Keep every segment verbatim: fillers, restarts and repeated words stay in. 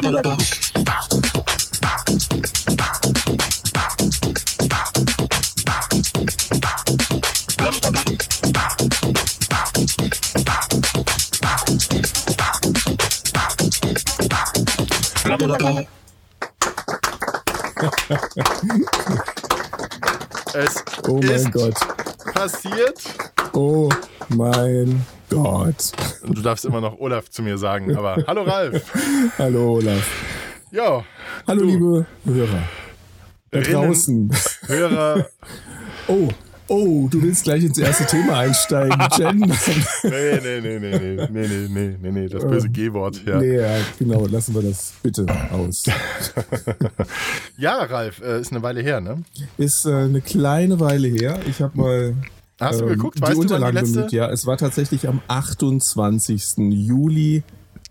Es oh mein ist Gott. passiert. Oh mein Gott. Und du darfst immer noch Olaf zu mir sagen, aber hallo Ralf. Hallo Olaf. Ja. Hallo du. liebe Hörer. Da Rinnen, draußen. Hörer. Oh, oh, du willst gleich ins erste Thema einsteigen. Gendern. Nee, nee, nee, nee, nee, nee, nee, nee, nee, nee, das böse G-Wort. Ja. Nee, ja, genau, lassen wir das bitte aus. Ja, Ralf, äh, ist eine Weile her, ne? Ist äh, eine kleine Weile her. Ich habe mal Hast du ähm, geguckt? die Weißt du, wann die Unterlagen letzte? bemüht. Ja, es war tatsächlich am achtundzwanzigsten Juli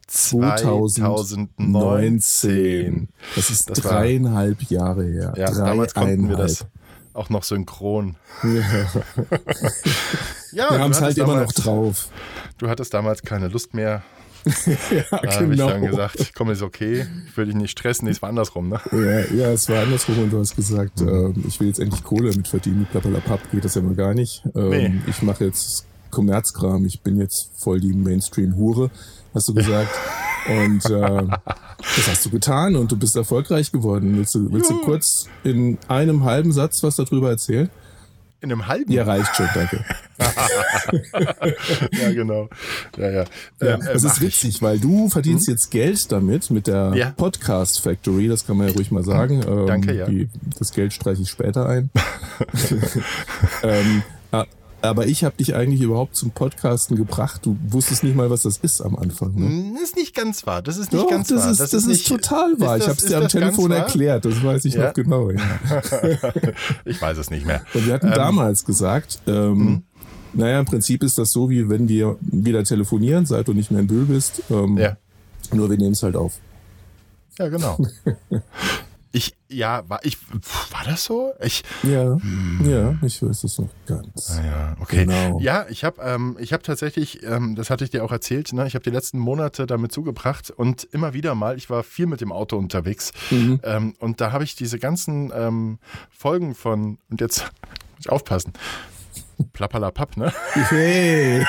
zweitausendneunzehn. Das ist Das war- dreieinhalb Jahre her. Ja, damals konnten wir das Dreieinhalb. auch noch synchron. Ja. Ja, Wir du haben es hattest halt immer noch damals- drauf. Du hattest damals keine Lust mehr. Ja, Da habe ich genau. dann gesagt, komm, ist okay, ich will dich nicht stressen, nee, es war andersrum, ne? Ja, ja, es war andersrum und du hast gesagt, ähm, ich will jetzt endlich Kohle damit verdienen. Mit Plappalapapp geht das ja mal gar nicht. Ähm, Nee. Ich mache jetzt Kommerzkram. Ich bin jetzt voll die Mainstream-Hure, hast du gesagt. Und äh, das hast du getan und du bist erfolgreich geworden. Willst du, willst du Juhu. kurz in einem halben Satz was darüber erzählen? In einem halben? Ja, reicht schon, danke. Ja, genau. Ja, ja. Ja, Ähm, das äh, ist mach ich. witzig, weil du verdienst jetzt Geld damit, mit der Ja. Podcast Factory, das kann man ja ruhig mal sagen. Ähm, Danke, ja. Die, das Geld streiche ich später ein. ähm, a- aber ich habe dich eigentlich überhaupt zum Podcasten gebracht. Du wusstest nicht mal, was das ist am Anfang. Ne? Hm, Das ist nicht ganz wahr. Das ist nicht Doch, ganz das wahr. ist, das ist, nicht, total wahr. Ist Ich das- habe es ist dir am das ganz Telefon wahr? erklärt, das weiß ich Ja. noch genau. Ja. Ich weiß es nicht mehr. Und wir hatten Ähm, damals gesagt, ähm, naja, im Prinzip ist das so, wie wenn wir wieder telefonieren, seit du nicht mehr in Bühl bist. Ähm, Ja. Nur wir nehmen es halt auf. Ja, genau. Ich, ja, war ich, pf, war das so? Ich, Ja, ja, ich weiß es noch ganz. Ah ja, okay. Genau. Ja, ich habe ähm, ich hab tatsächlich, ähm, das hatte ich dir auch erzählt, ne? Ich habe die letzten Monate damit zugebracht und immer wieder mal, ich war viel mit dem Auto unterwegs Mhm. ähm, und da habe ich diese ganzen ähm, Folgen von, und jetzt muss ich aufpassen, Plappalapapp, ne? Hey.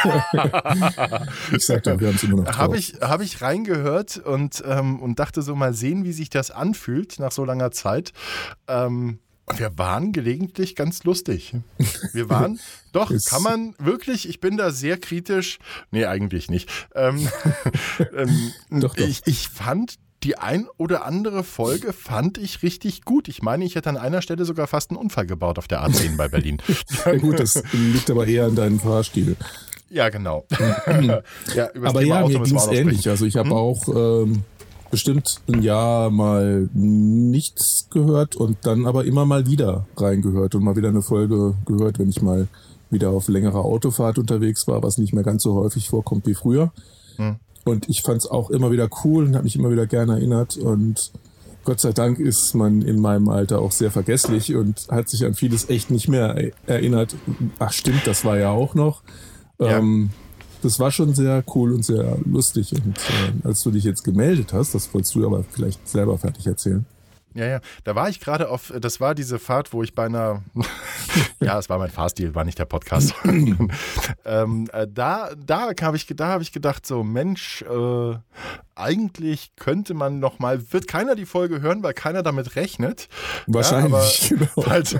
Ich sag doch, wir haben es immer noch drauf. Habe ich, hab ich reingehört und, ähm, und dachte so, mal sehen, wie sich das anfühlt nach so langer Zeit. Ähm, wir waren gelegentlich ganz lustig. Wir waren, doch, Ist- kann man wirklich, ich bin da sehr kritisch, nee, eigentlich nicht. Ähm, ähm, Doch, doch. Ich, ich fand die ein oder andere Folge fand ich richtig gut. Ich meine, ich hätte an einer Stelle sogar fast einen Unfall gebaut auf der A zehn bei Berlin. Ja gut, das liegt aber eher an deinem Fahrstil. Ja, genau. ja, über das Aber Thema ja, Auto mir müssen ging wir es auch noch ähnlich. sprechen. Also ich habe auch ähm, bestimmt ein Jahr mal nichts gehört und dann aber immer mal wieder reingehört und mal wieder eine Folge gehört, wenn ich mal wieder auf längerer Autofahrt unterwegs war, was nicht mehr ganz so häufig vorkommt wie früher. Hm. Und ich fand es auch immer wieder cool und habe mich immer wieder gerne erinnert. Und Gott sei Dank ist man in meinem Alter auch sehr vergesslich und hat sich an vieles echt nicht mehr er- erinnert. Ach stimmt, das war ja auch noch. Ja. Ähm, das war schon sehr cool und sehr lustig. Und äh, als du dich jetzt gemeldet hast, das wolltest du aber vielleicht selber fertig erzählen. Ja, ja, da war ich gerade auf, das war diese Fahrt, wo ich beinahe, ja, es war mein Fahrstil, war nicht der Podcast. ähm, äh, da da habe ich, da hab ich gedacht, so Mensch, äh, eigentlich könnte man noch mal, wird keiner die Folge hören, weil keiner damit rechnet. Wahrscheinlich, Ja, aber, genau. Falls,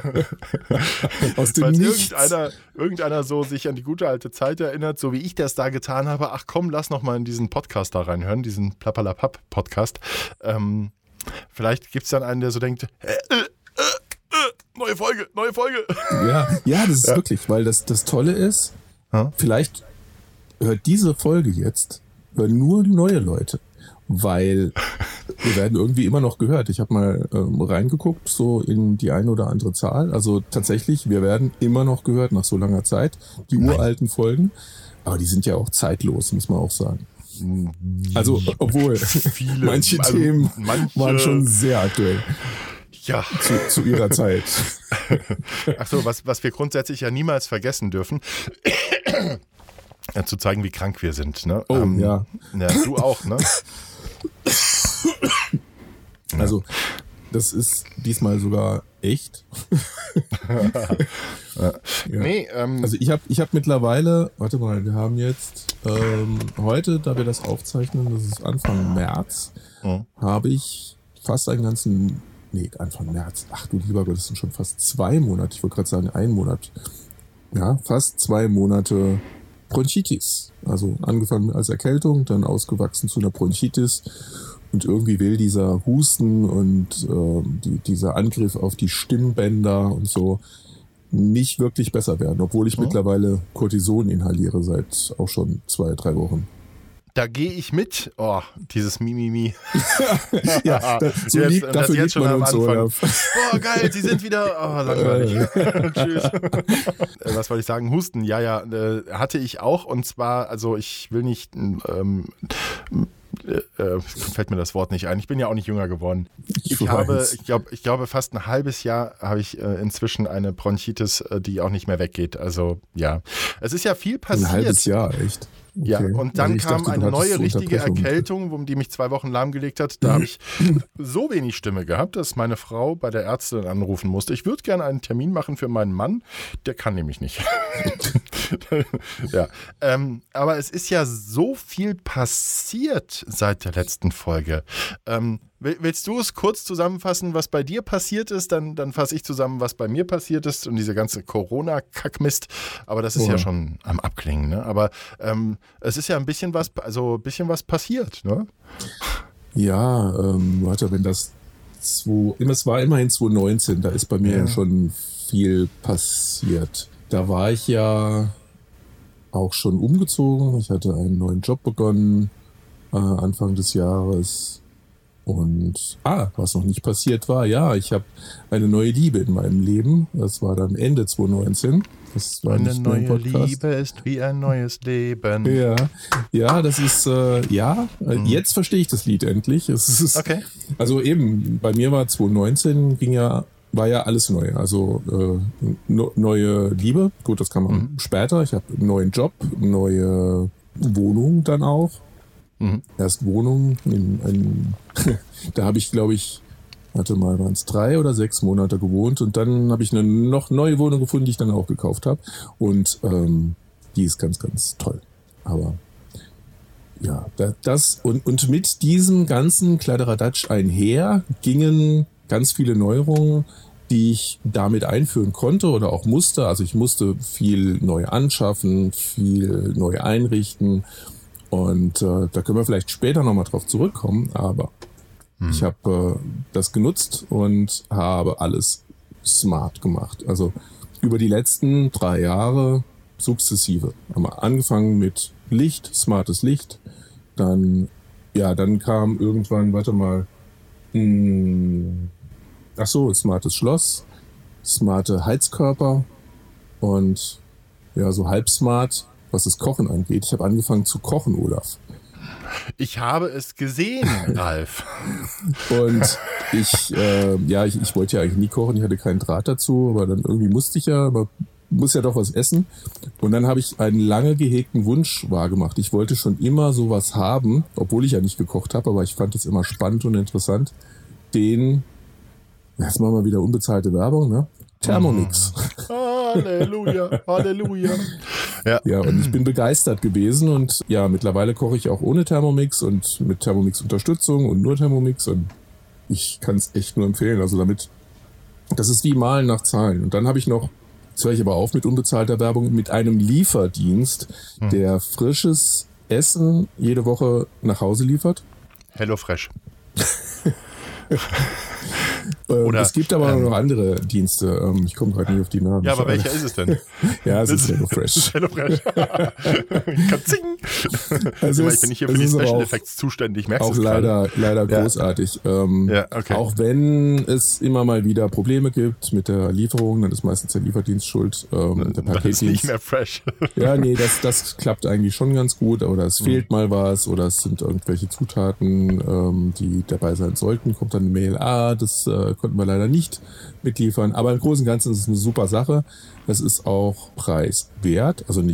Aus dem falls Nichts. irgendeiner, irgendeiner so sich an die gute alte Zeit erinnert, so wie ich das da getan habe, ach komm, lass noch mal in diesen Podcast da reinhören, diesen Plappalapapp-Podcast. Ähm, Vielleicht gibt es dann einen, der so denkt, äh, äh, äh, neue Folge, neue Folge. Ja, ja, das ist Ja. wirklich, weil das, das Tolle ist, Ja. vielleicht hört diese Folge jetzt hören nur neue Leute, weil wir werden irgendwie immer noch gehört. Ich habe mal ähm, reingeguckt, so in die eine oder andere Zahl. Also tatsächlich, wir werden immer noch gehört nach so langer Zeit. Die uralten Folgen, aber die sind ja auch zeitlos, muss man auch sagen. Also, obwohl Viele, manche also Themen manche- waren schon sehr aktuell Ja. zu, zu ihrer Zeit. Ach so, was, was wir grundsätzlich ja niemals vergessen dürfen, ja, zu zeigen, wie krank wir sind. Ne? Oh, ja. Ja, du auch, ne? Also das ist diesmal sogar echt. ja. Nee, ähm, also ich habe ich hab mittlerweile, warte mal, wir haben jetzt ähm, heute, da wir das aufzeichnen, das ist Anfang März, mhm. habe ich fast einen ganzen, nee, Anfang März, ach du lieber Gott, das sind schon fast zwei Monate, ich wollte gerade sagen ein Monat, ja, fast zwei Monate Bronchitis. Also angefangen als Erkältung, dann ausgewachsen zu einer Bronchitis. Und irgendwie will dieser Husten und äh, die, dieser Angriff auf die Stimmbänder und so nicht wirklich besser werden, obwohl ich oh. mittlerweile Cortison inhaliere seit auch schon zwei, drei Wochen. Da gehe ich mit. Oh, dieses Mimimi. ja, das, so jetzt, liegt, dafür das jetzt schon am Anfang. So, ja. Boah, geil, sie sind wieder. Oh, langweilig. Tschüss. Was wollte ich sagen? Husten, ja, ja, äh, hatte ich auch. Und zwar, also ich will nicht, ähm, äh, fällt mir das Wort nicht ein. Ich bin ja auch nicht jünger geworden. Ich, ich habe, ich glaube, ich glaube, fast ein halbes Jahr habe ich äh, inzwischen eine Bronchitis, äh, die auch nicht mehr weggeht. Also ja, es ist ja viel passiert. Ein halbes Jahr, echt? Okay. Ja, und dann ich kam dachte, eine neue so richtige Erkältung, die mich zwei Wochen lahmgelegt hat. Da habe ich so wenig Stimme gehabt, dass meine Frau bei der Ärztin anrufen musste. Ich würde gerne einen Termin machen für meinen Mann. Der kann nämlich nicht. ja, ähm, aber es ist ja so viel passiert seit der letzten Folge. Ähm, Willst du es kurz zusammenfassen, was bei dir passiert ist? Dann, dann fasse ich zusammen, was bei mir passiert ist und diese ganze Corona-Kackmist. Aber das ist oh. ja schon am Abklingen, ne? Aber ähm, es ist ja ein bisschen was, also ein bisschen was passiert, ne? Ja, ähm, warte, wenn das zwei, es war immerhin zwanzig neunzehn, da ist bei mir ja. schon viel passiert. Da war ich ja auch schon umgezogen. Ich hatte einen neuen Job begonnen äh, Anfang des Jahres. Und, ah, was noch nicht passiert war, ja, ich habe eine neue Liebe in meinem Leben. Das war dann Ende zwanzig neunzehn. Das war eine nicht neue nur ein Podcast. Liebe ist wie ein neues Leben. Ja, ja, das ist, äh, ja, mhm. jetzt verstehe ich das Lied endlich. Es ist, okay. Also eben, bei mir war zwanzig neunzehn, ging ja, war ja alles neu. Also äh, no, neue Liebe, gut, das kann man mhm. später. Ich habe einen neuen Job, neue Wohnung dann auch. Mhm. Erst Wohnung, in, in, da habe ich, glaube ich, warte mal, waren es drei oder sechs Monate gewohnt und dann habe ich eine noch neue Wohnung gefunden, die ich dann auch gekauft habe und ähm, die ist ganz, ganz toll. Aber ja, das und, und mit diesem ganzen Kladderadatsch einher gingen ganz viele Neuerungen, die ich damit einführen konnte oder auch musste. Also ich musste viel neu anschaffen, viel neu einrichten. Und äh, da können wir vielleicht später nochmal drauf zurückkommen, aber hm. ich habe äh, das genutzt und habe alles smart gemacht. Also über die letzten drei Jahre sukzessive. Haben wir angefangen mit Licht, smartes Licht. Dann, ja, dann kam irgendwann, warte mal, mh, ach so, smartes Schloss, smarte Heizkörper und ja, so halb smart, was das Kochen angeht. Ich habe angefangen zu kochen, Olaf. Ich habe es gesehen, Ralf. Und ich, äh, ja, ich, ich wollte ja eigentlich nie kochen, ich hatte keinen Draht dazu, aber dann irgendwie musste ich ja, aber muss ja doch was essen. Und dann habe ich einen lange gehegten Wunsch wahrgemacht. Ich wollte schon immer sowas haben, obwohl ich ja nicht gekocht habe, aber ich fand es immer spannend und interessant. Den, jetzt machen wir wieder unbezahlte Werbung, ne? Thermomix. Halleluja, Halleluja. Ja. ja, und ich bin begeistert gewesen und ja, mittlerweile koche ich auch ohne Thermomix und mit Thermomix-Unterstützung und nur Thermomix und ich kann es echt nur empfehlen. Also damit, das ist wie Malen nach Zahlen. Und dann habe ich noch, jetzt höre ich aber auf mit unbezahlter Werbung, mit einem Lieferdienst, hm. der frisches Essen jede Woche nach Hause liefert. HelloFresh. Oder, es gibt aber ähm, noch andere Dienste. Ich komme gerade nicht auf die Namen. Ja, aber welcher ist es denn? Ja, es ist HelloFresh. HelloFresh. Also ich bin nicht hier für die Special Effects zuständig. Merkst du es leider, leider ja. großartig. Ähm, ja, okay. Auch wenn es immer mal wieder Probleme gibt mit der Lieferung, dann ist meistens der Lieferdienst schuld. Ähm, der Paketdienst. Das ist nicht mehr fresh. Ja, nee, das, das klappt eigentlich schon ganz gut. Oder es mhm. fehlt mal was oder es sind irgendwelche Zutaten, ähm, die dabei sein sollten. Kommt dann eine Mail, ah, das äh, konnten wir leider nicht mitliefern. Aber im Großen und Ganzen ist es eine super Sache. Es ist auch preiswert. Also nicht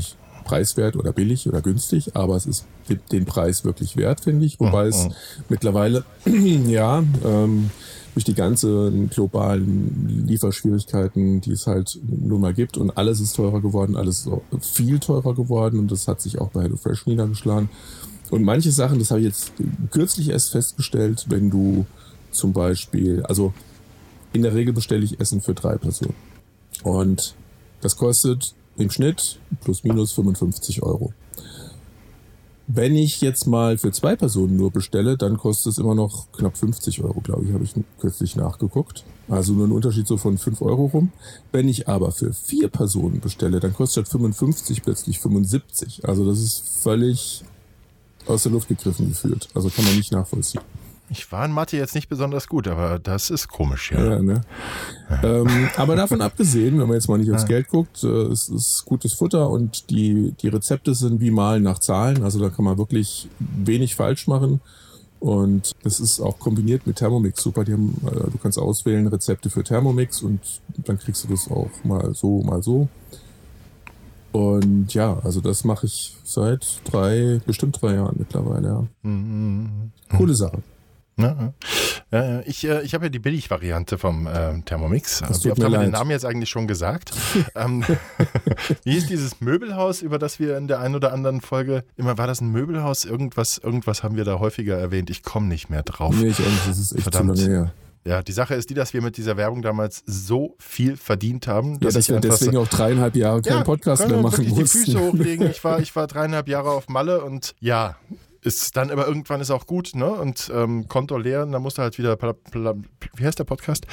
preiswert oder billig oder günstig, aber es ist den Preis wirklich wert, finde ich. Wobei es mittlerweile, ja, ähm, durch die ganzen globalen Lieferschwierigkeiten, die es halt nun mal gibt und alles ist teurer geworden, alles ist viel teurer geworden und das hat sich auch bei HelloFresh niedergeschlagen. Und manche Sachen, das habe ich jetzt kürzlich erst festgestellt, wenn du zum Beispiel, also in der Regel bestelle ich Essen für drei Personen und das kostet im Schnitt plus minus fünfundfünfzig Euro. Wenn ich jetzt mal für zwei Personen nur bestelle, dann kostet es immer noch knapp fünfzig Euro, glaube ich, habe ich kürzlich nachgeguckt. Also nur ein Unterschied so von fünf Euro rum. Wenn ich aber für vier Personen bestelle, dann kostet fünfundfünfzig plötzlich fünfundsiebzig. Also das ist völlig aus der Luft gegriffen gefühlt. Also kann man nicht nachvollziehen. Ich war in Mathe jetzt nicht besonders gut, aber das ist komisch, ja. ja, ne? ja. Ähm, aber davon abgesehen, wenn man jetzt mal nicht aufs ja. Geld guckt, äh, es ist gutes Futter und die, die Rezepte sind wie Malen nach Zahlen. Also da kann man wirklich wenig falsch machen. Und das ist auch kombiniert mit Thermomix super. Die haben, äh, du kannst auswählen Rezepte für Thermomix und dann kriegst du das auch mal so, mal so. Und ja, also das mache ich seit drei, bestimmt drei Jahren mittlerweile, ja. Mhm. Coole Sache. Ja, ja. Ich, ich habe ja die Billig-Variante vom äh, Thermomix. Das Also, tut ich mir habe leid. den Namen jetzt eigentlich schon gesagt. ähm, wie ist dieses Möbelhaus, über das wir in der einen oder anderen Folge, immer war das ein Möbelhaus? Irgendwas, irgendwas haben wir da häufiger erwähnt. Ich komme nicht mehr drauf. Nee, ich auch nicht. Das ist echt Verdammt. zu lange her. Ja, die Sache ist die, dass wir mit dieser Werbung damals so viel verdient haben. Ja, Dass, dass ich wir einfach deswegen so, auch dreieinhalb Jahre keinen ja, Podcast können mehr wir machen wirklich mussten. die Füße hochlegen. Ich war, ich war dreieinhalb Jahre auf Malle und ja, ist dann aber irgendwann ist auch gut, ne? Und ähm, Konto leer, und dann musst du halt wieder, pla, pla, wie heißt der Podcast?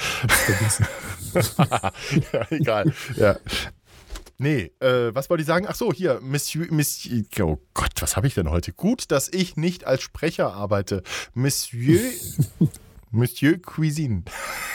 ja, egal. Ja. Nee, äh, was wollte ich sagen? Ach so, hier, Monsieur, Monsieur, oh Gott, was habe ich denn heute? Gut, dass ich nicht als Sprecher arbeite. Monsieur, Monsieur Cuisine.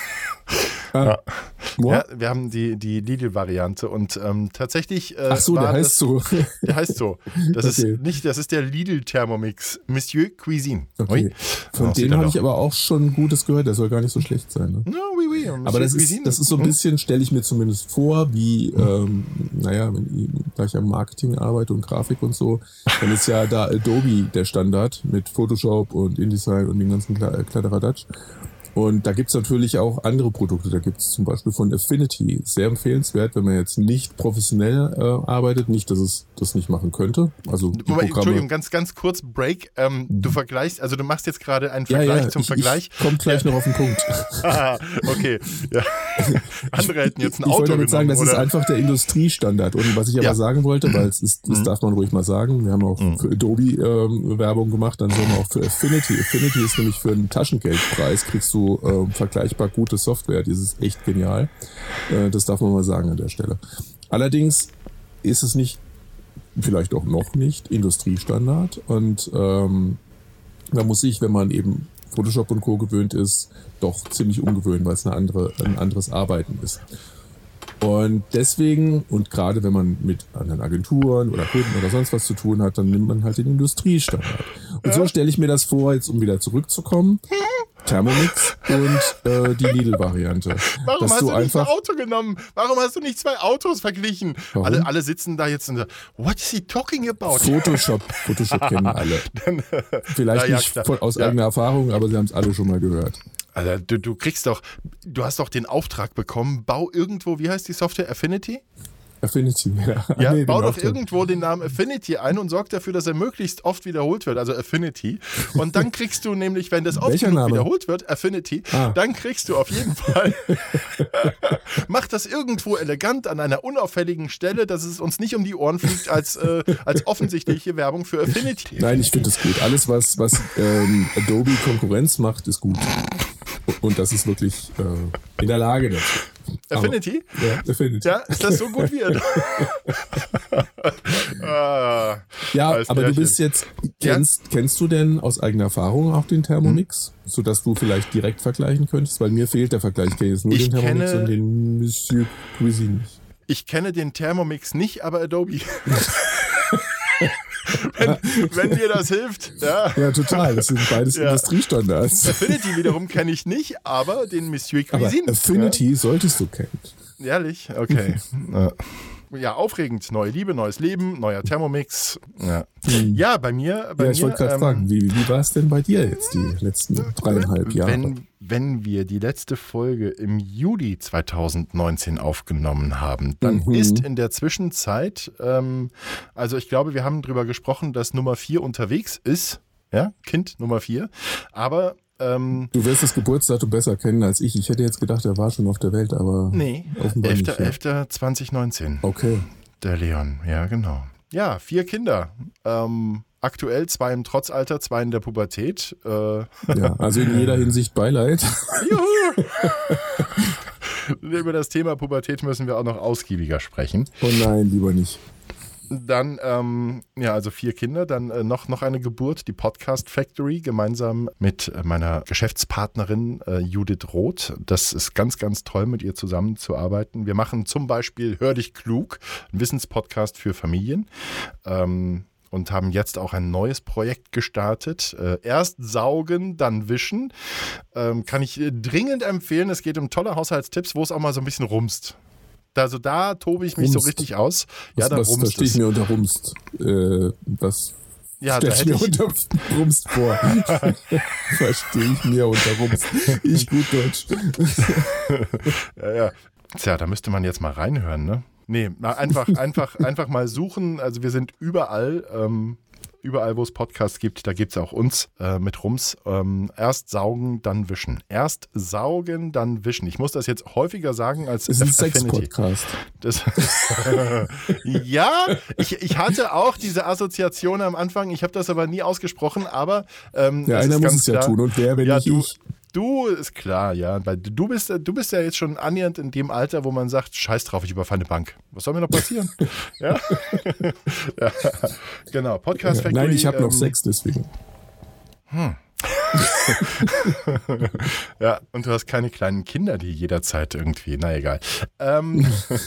Ah, ja, wir haben die, die Lidl-Variante und ähm, tatsächlich äh, Ach so, der war heißt das, so. Der heißt so. Das Okay. ist nicht, das ist der Lidl-Thermomix. Monsieur Cuisine. Okay. Ui. Von Oh, sieht dem er habe doch. ich aber auch schon Gutes gehört. Der soll gar nicht so schlecht sein. Ne? No, oui, oui. Monsieur Aber das Cuisine. ist, das ist so ein bisschen, stelle ich mir zumindest vor, wie, ähm, naja, wenn, da ich am Marketing arbeite und Grafik und so, dann ist ja da Adobe der Standard mit Photoshop und InDesign und den ganzen Kla- Kladderadatsch. Und da gibt's natürlich auch andere Produkte. Da gibt's zum Beispiel von Affinity. Sehr empfehlenswert, wenn man jetzt nicht professionell äh, arbeitet. Nicht, dass es das nicht machen könnte. Also die Moment, Programme, Entschuldigung, ganz, ganz kurz Break. Ähm, du vergleichst, also du machst jetzt gerade einen ja, Vergleich ja, zum ich, Vergleich. Ich komme gleich Ja. noch auf den Punkt. Ah, okay. Ja. Andere hätten jetzt ein ich Auto wollte damit sagen, genommen, das ist oder? einfach der Industriestandard. Und was ich aber Ja. sagen wollte, weil es ist, das darf man ruhig mal sagen, wir haben auch für Adobe ähm, Werbung gemacht, dann sollen wir auch für Affinity. Affinity ist nämlich für einen Taschengeldpreis, kriegst du ähm, vergleichbar gute Software. Die ist echt genial. Äh, das darf man mal sagen an der Stelle. Allerdings ist es nicht, vielleicht auch noch nicht, Industriestandard. Und ähm, da muss ich, wenn man eben Photoshop und Co. gewöhnt ist, doch ziemlich umgewöhnen, weil es eine andere, ein anderes Arbeiten ist. Und deswegen, und gerade wenn man mit anderen Agenturen oder Kunden oder sonst was zu tun hat, dann nimmt man halt den Industriestandard. Und so stelle ich mir das vor, jetzt um wieder zurückzukommen. Thermomix und äh, die Lidl-Variante. Warum Dass hast du du nicht einfach ein Auto genommen? Warum hast du nicht zwei Autos verglichen? Warum? Alle, alle sitzen da jetzt und sagen, what is he talking about? Photoshop, Photoshop kennen alle. Dann, äh, Vielleicht na ja, nicht klar. von, aus Ja. eigener Erfahrung, aber sie haben es alle schon mal gehört. Also du, du kriegst doch, du hast doch den Auftrag bekommen, bau irgendwo, wie heißt die Software, Affinity? Affinity, ja. Ja, Nee, bau den doch Auftrag. irgendwo den Namen Affinity ein und sorg dafür, dass er möglichst oft wiederholt wird, also Affinity. Und dann kriegst du nämlich, wenn das oft Welcher genug Name? wiederholt wird, Affinity, Ah. dann kriegst du auf jeden Fall, mach das irgendwo elegant an einer unauffälligen Stelle, dass es uns nicht um die Ohren fliegt als, äh, als offensichtliche Werbung für Affinity. Nein, ich finde das gut. Alles, was, was ähm, Adobe Konkurrenz macht, ist gut. Und das ist wirklich äh, in der Lage dazu. Affinity? Aber, ja, Affinity. Ja, ist das so gut wie er? ah, Ja, als aber Pärchen. du bist jetzt, kennst, kennst du denn aus eigener Erfahrung auch den Thermomix? Hm. Sodass du vielleicht direkt vergleichen könntest? Weil mir fehlt der Vergleich. Ich kenne jetzt nur Ich den Thermomix kenne- und den Monsieur Cuisine nicht. Ich kenne den Thermomix nicht, aber Adobe. wenn, wenn dir das hilft. Ja. Ja, total. Das sind beides Ja. Industriestandards. Affinity wiederum kenne ich nicht, aber den Monsieur Aber Cuisine. Affinity solltest du kennen. Ja, ehrlich? Okay. Ja. ja, aufregend. Neue Liebe, neues Leben, neuer Thermomix. Ja, mhm. ja bei mir. Bei ja, ich wollte gerade ähm, fragen, wie, wie war es denn bei dir jetzt die letzten dreieinhalb Jahre? Wenn, wenn wir die letzte Folge im Juli zweitausendneunzehn aufgenommen haben, dann mhm. ist in der Zwischenzeit, ähm, also ich glaube, wir haben darüber gesprochen, dass Nummer vier unterwegs ist. Ja, Kind Nummer vier. Aber Ähm, du wirst das Geburtsdatum besser kennen als ich. Ich hätte jetzt gedacht, er war schon auf der Welt, aber nee, offenbar elfter nicht. Ja. elfter zweitausendneunzehn. Okay. Der Leon, ja genau. Ja, vier Kinder. Ähm, aktuell zwei im Trotzalter, zwei in der Pubertät. Äh, ja, also in jeder Hinsicht Beileid. Juhu! Über das Thema Pubertät müssen wir auch noch ausgiebiger sprechen. Oh nein, lieber nicht. Dann, ähm, ja, also vier Kinder, dann äh, noch, noch eine Geburt, die Podcast Factory, gemeinsam mit äh, meiner Geschäftspartnerin äh, Judith Roth. Das ist ganz, ganz toll, mit ihr zusammenzuarbeiten. Wir machen zum Beispiel Hör dich klug, ein Wissenspodcast für Familien. Ähm, und haben jetzt auch ein neues Projekt gestartet. Äh, erst saugen, dann wischen. Ähm, kann ich äh, dringend empfehlen. Es geht um tolle Haushaltstipps, wo es auch mal so ein bisschen rumst. Also da tobe ich mich rumst. so richtig aus. Ja, was, da was verstehe ich mir unter rumst? Äh, was ja, stelle ich mir ich unter rumst vor? Verstehe ich mir unter rumst. Ich gut Deutsch. ja, ja. Tja, da müsste man jetzt mal reinhören, ne? Nee, einfach, einfach, einfach mal suchen. Also wir sind überall, ähm, überall, wo es Podcasts gibt, da gibt es auch uns äh, mit Rums. Ähm, erst saugen, dann wischen. Erst saugen, dann wischen. Ich muss das jetzt häufiger sagen als das ist ein Sex-Podcast. Das ja, ich, ich hatte auch diese Assoziation am Anfang. Ich habe das aber nie ausgesprochen, aber ähm, ja, einer muss es ja tun und wer, wenn ja, nicht du, ich. Du, ist klar, ja. Weil du bist, du bist ja jetzt schon annähernd in dem Alter, wo man sagt, scheiß drauf, ich überfalle eine Bank. Was soll mir noch passieren? ja? ja, genau. Podcast Factory. Nein, ich habe ähm, noch Sex, deswegen. Hm. ja, und du hast keine kleinen Kinder, die jederzeit irgendwie, na egal. Ähm,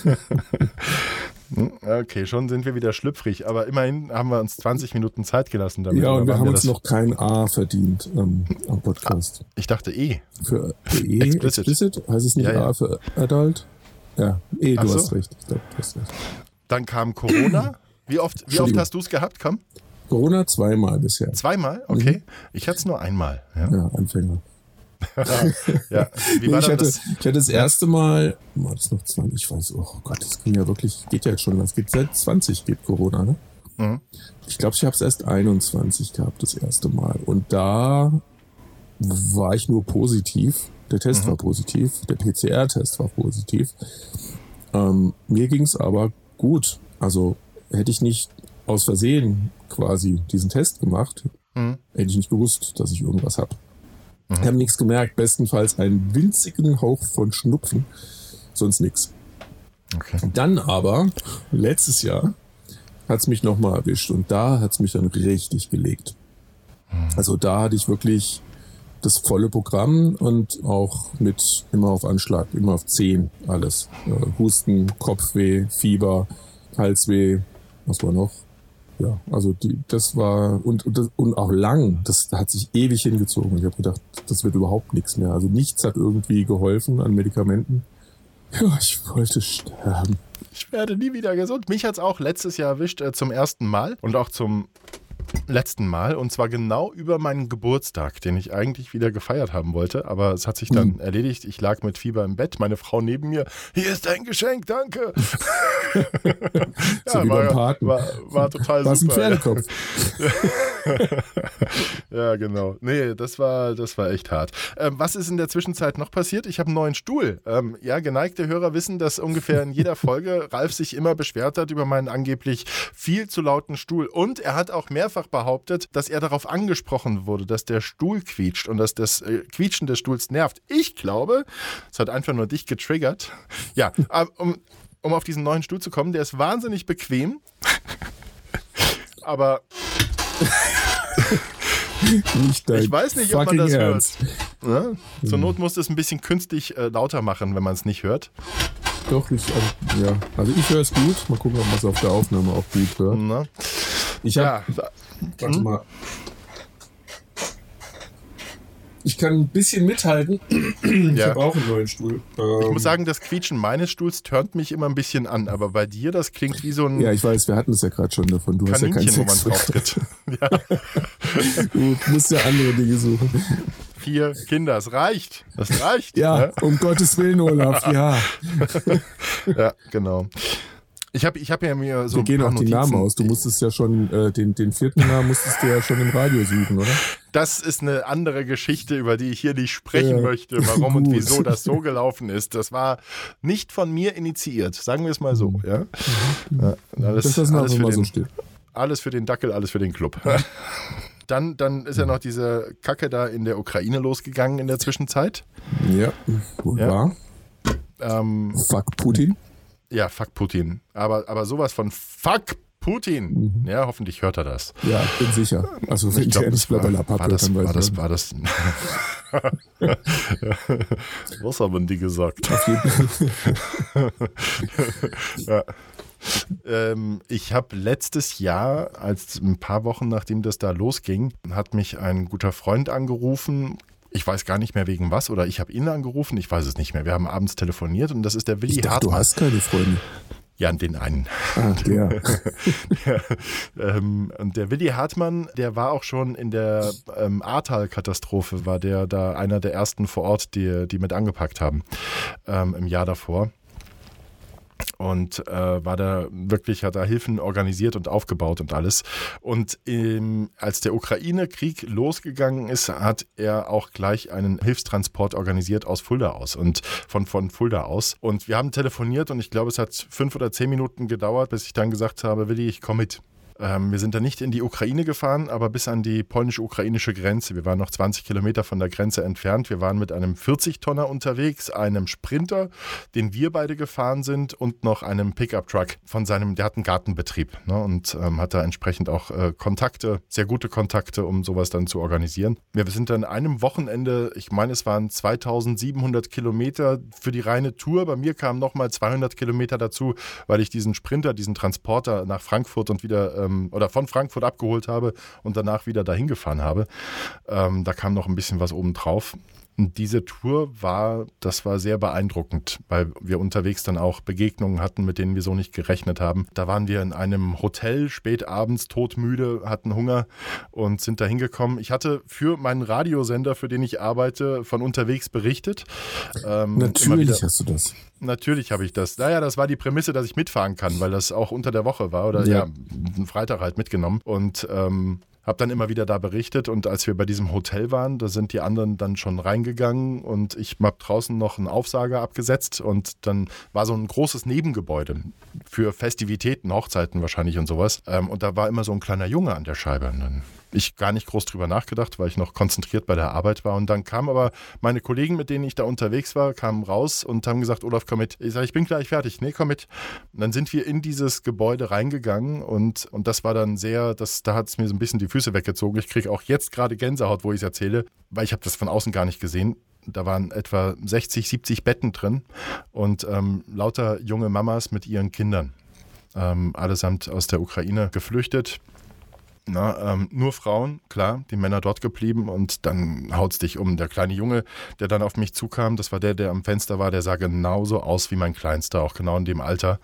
okay, schon sind wir wieder schlüpfrig, aber immerhin haben wir uns zwanzig Minuten Zeit gelassen damit. Ja, und wir haben wir uns noch kein A verdient ähm, am Podcast. Ich dachte E. Für E, Explicit. Explicit? Heißt es nicht ja, ja. A für Adult? Ja, E, du Ach so. hast recht. Ich glaub, du hast recht. Dann kam Corona. Wie oft, wie oft hast du es gehabt, komm? Corona zweimal bisher. Zweimal? Okay. Mhm. Ich hatte es nur einmal. Ja, ja Anfänger. ja. Wie war ich, dann hatte, das? ich hatte das erste Mal, war das noch zwanzig, ich weiß, oh Gott, das ging ja wirklich, geht ja jetzt schon, das geht seit zwanzig, geht Corona, ne? Mhm. Ich glaube, ich habe es erst einundzwanzig gehabt, das erste Mal. Und da war ich nur positiv. Der Test mhm. war positiv, der P C R-Test war positiv. Ähm, mir ging es aber gut. Also hätte ich nicht aus Versehen quasi diesen Test gemacht, mhm. hätte ich nicht gewusst, dass ich irgendwas habe. Mhm. Ich habe nichts gemerkt, bestenfalls einen winzigen Hauch von Schnupfen, sonst nichts. Okay. Dann aber, letztes Jahr, hat es mich nochmal erwischt und da hat es mich dann richtig gelegt. Mhm. Also da hatte ich wirklich das volle Programm und auch mit immer auf Anschlag, immer auf zehn alles. Äh, Husten, Kopfweh, Fieber, Halsweh, was war noch? Ja, also die, das war, und, und, das, und auch lang, das hat sich ewig hingezogen. Ich habe gedacht, das wird überhaupt nichts mehr. Also nichts hat irgendwie geholfen an Medikamenten. Ja, ich wollte sterben. Ich werde nie wieder gesund. Mich hat es auch letztes Jahr erwischt, äh, zum ersten Mal und auch zum letzten Mal, und zwar genau über meinen Geburtstag, den ich eigentlich wieder gefeiert haben wollte, aber es hat sich dann mhm. erledigt. Ich lag mit Fieber im Bett, meine Frau neben mir, hier ist dein Geschenk, danke. so ja, wie war, beim Paten. War, war total War's super. Ein Pferdekopf. ja, genau. Nee, das war, das war echt hart. Ähm, was ist in der Zwischenzeit noch passiert? Ich habe einen neuen Stuhl. Ähm, ja, geneigte Hörer wissen, dass ungefähr in jeder Folge Ralf sich immer beschwert hat über meinen angeblich viel zu lauten Stuhl. Und er hat auch mehrfach behauptet, dass er darauf angesprochen wurde, dass der Stuhl quietscht und dass das äh, Quietschen des Stuhls nervt. Ich glaube, es hat einfach nur dich getriggert. Ja, um, um auf diesen neuen Stuhl zu kommen, der ist wahnsinnig bequem. Aber nicht dein ich weiß nicht, ob man das Ernst. hört. Ja? Zur Not musst du es ein bisschen künstlich äh, lauter machen, wenn man es nicht hört. Doch, ich, also, ja. Also ich höre es gut. Mal gucken, ob man es auf der Aufnahme auch gut hört. Na? Ich habe, ja. warte hm? mal. Ich kann ein bisschen mithalten. Ich Ja. habe auch einen neuen Stuhl. Ich Ähm, muss sagen, das Quietschen meines Stuhls turnt mich immer ein bisschen an, aber bei dir, das klingt wie so ein ja, ich weiß, wir hatten es ja gerade schon davon. Du hast ja keinen Kaninchen, wo man Sex. drauf tritt. Ja, Du musst ja andere Dinge suchen. vier Kinder, es reicht. Das reicht. Ja, ne? um Gottes Willen, Olaf, ja. Ja, genau. Ich habe ich hab ja mir so Wir ein gehen paar auch die Notizen. Namen aus. Du musstest ja schon, äh, den, den vierten Namen musstest du ja schon im Radio suchen, oder? Das ist eine andere Geschichte, über die ich hier nicht sprechen Ja. möchte, warum und Gut. wieso das so gelaufen ist. Das war nicht von mir initiiert, sagen wir es mal so. Ja? Ja, alles, Das lassen wir alles, einfach für mal so den, stehen. alles für den Dackel, alles für den Club. Dann, dann ist ja noch diese Kacke da in der Ukraine losgegangen in der Zwischenzeit. Ja, wunderbar. Ähm, Fuck Putin. ja, fuck Putin. Aber, aber sowas von fuck Putin. Ja, hoffentlich hört er das. Ja, bin sicher. Also wenn Ich glaub, der nicht das war, blablabla war das, dann war weiß das, ich. war das. Was haben die gesagt? Auf jeden Ja. Ähm, ich habe letztes Jahr, als ein paar Wochen nachdem das da losging, hat mich ein guter Freund angerufen. Ich weiß gar nicht mehr wegen was, oder ich habe ihn angerufen, ich weiß es nicht mehr. Wir haben abends telefoniert und das ist der Willi Ich dachte, du Hartmann. hast keine Freunde. Ja, den einen. Ah, der. Ja, ähm, und der Willi Hartmann, der war auch schon in der ähm, Ahrtal-Katastrophe, war der da einer der ersten vor Ort, die, die mit angepackt haben ähm, im Jahr davor. Und äh, war da wirklich, hat da Hilfen organisiert und aufgebaut und alles. Und ähm, als der Ukraine-Krieg losgegangen ist, hat er auch gleich einen Hilfstransport organisiert aus Fulda aus und von, von Fulda aus. Und wir haben telefoniert und ich glaube, es hat fünf oder zehn Minuten gedauert, bis ich dann gesagt habe, Willi, ich komme mit. Ähm, wir sind da nicht in die Ukraine gefahren, aber bis an die polnisch-ukrainische Grenze. Wir waren noch zwanzig Kilometer von der Grenze entfernt. Wir waren mit einem vierzig-Tonner unterwegs, einem Sprinter, den wir beide gefahren sind und noch einem Pickup-Truck von seinem, der hat einen Gartenbetrieb, ne, und ähm, hat da entsprechend auch äh, Kontakte, sehr gute Kontakte, um sowas dann zu organisieren. Wir sind dann einem Wochenende, ich meine, es waren zweitausendsiebenhundert Kilometer für die reine Tour. Bei mir kamen nochmal zweihundert Kilometer dazu, weil ich diesen Sprinter, diesen Transporter nach Frankfurt und wieder ähm, oder von Frankfurt abgeholt habe und danach wieder dahin gefahren habe. Ähm, da kam noch ein bisschen was obendrauf. Und diese Tour war, das war sehr beeindruckend, weil wir unterwegs dann auch Begegnungen hatten, mit denen wir so nicht gerechnet haben. Da waren wir in einem Hotel, spät abends, todmüde, hatten Hunger und sind da hingekommen. Ich hatte für meinen Radiosender, für den ich arbeite, von unterwegs berichtet. Ähm, immer Natürlich wieder- hast du das. Natürlich habe ich das. Naja, das war die Prämisse, dass ich mitfahren kann, weil das auch unter der Woche war oder ja, Ja. einen Freitag halt mitgenommen und ähm, habe dann immer wieder da berichtet und als wir bei diesem Hotel waren, da sind die anderen dann schon reingegangen und ich habe draußen noch einen Aufsager abgesetzt und dann war so ein großes Nebengebäude für Festivitäten, Hochzeiten wahrscheinlich und sowas ähm, und da war immer so ein kleiner Junge an der Scheibe und dann ich gar nicht groß drüber nachgedacht, weil ich noch konzentriert bei der Arbeit war. Und dann kamen aber meine Kollegen, mit denen ich da unterwegs war, kamen raus und haben gesagt, Olaf, komm mit. Ich sage, ich bin gleich fertig. Nee, komm mit. Und dann sind wir in dieses Gebäude reingegangen und, und das war dann sehr, das, da hat es mir so ein bisschen die Füße weggezogen. Ich kriege auch jetzt gerade Gänsehaut, wo ich es erzähle, weil ich habe das von außen gar nicht gesehen. Da waren etwa sechzig, siebzig Betten drin und ähm, lauter junge Mamas mit ihren Kindern. Ähm, allesamt aus der Ukraine geflüchtet. Na, ähm, nur Frauen, klar, die Männer dort geblieben und dann haut's dich um. Der kleine Junge, der dann auf mich zukam, das war der, der am Fenster war, der sah genauso aus wie mein Kleinster, auch genau in dem Alter.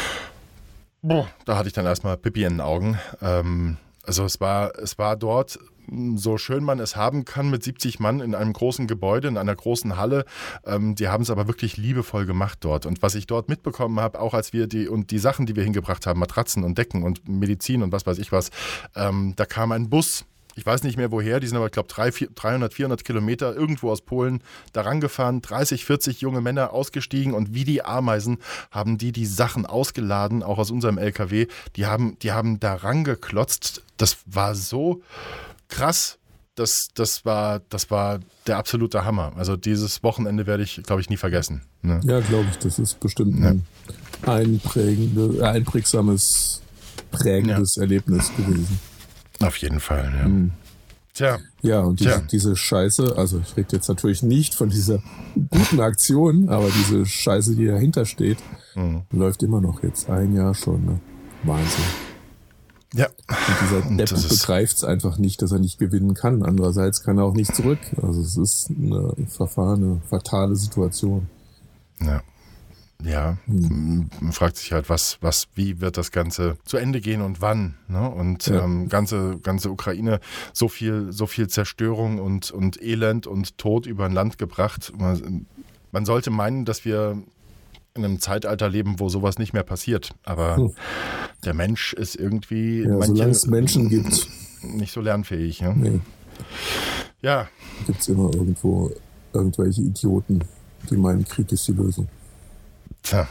Boah, da hatte ich dann erstmal Pipi in den Augen. Ähm, also es war, es war dort, so schön man es haben kann, mit siebzig Mann in einem großen Gebäude, in einer großen Halle. Ähm, die haben es aber wirklich liebevoll gemacht dort. Und was ich dort mitbekommen habe, auch als wir die und die Sachen, die wir hingebracht haben, Matratzen und Decken und Medizin und was weiß ich was, ähm, da kam ein Bus. Ich weiß nicht mehr woher, die sind aber, ich glaube, dreihundert, vierhundert Kilometer irgendwo aus Polen da rangefahren, dreißig, vierzig junge Männer ausgestiegen und wie die Ameisen haben die die Sachen ausgeladen, auch aus unserem L K W. Die haben, die haben da rangeklotzt. Das war so krass. Das, das, war, das war der absolute Hammer. Also dieses Wochenende werde ich, glaube ich, nie vergessen. Ne? Ja, glaube ich, das ist bestimmt Ja. ein einprägende, einprägsames, prägendes Erlebnis gewesen. Auf jeden Fall, ja. Mhm. Tja, Ja, und diese, Tja. diese Scheiße, also ich rede jetzt natürlich nicht von dieser guten Aktion, aber diese Scheiße, die dahinter steht, mhm. läuft immer noch jetzt ein Jahr schon. Ne? Wahnsinn. Ja. Und dieser Depp begreift es einfach nicht, dass er nicht gewinnen kann. Andererseits kann er auch nicht zurück. Also es ist eine verfahrene, fatale Situation. Ja. Ja, hm. man fragt sich halt, was, was, wie wird das Ganze zu Ende gehen und wann, ne? Und ja. ähm, ganze, ganze Ukraine, so viel, so viel Zerstörung und, und Elend und Tod über ein Land gebracht. Man, man sollte meinen, dass wir in einem Zeitalter leben, wo sowas nicht mehr passiert. Aber hm. der Mensch ist irgendwie ja, solange es Menschen gibt, nicht so lernfähig. Ne? Nee. Ja. Gibt es immer irgendwo irgendwelche Idioten, die meinen, Krieg ist die Lösung. Tja.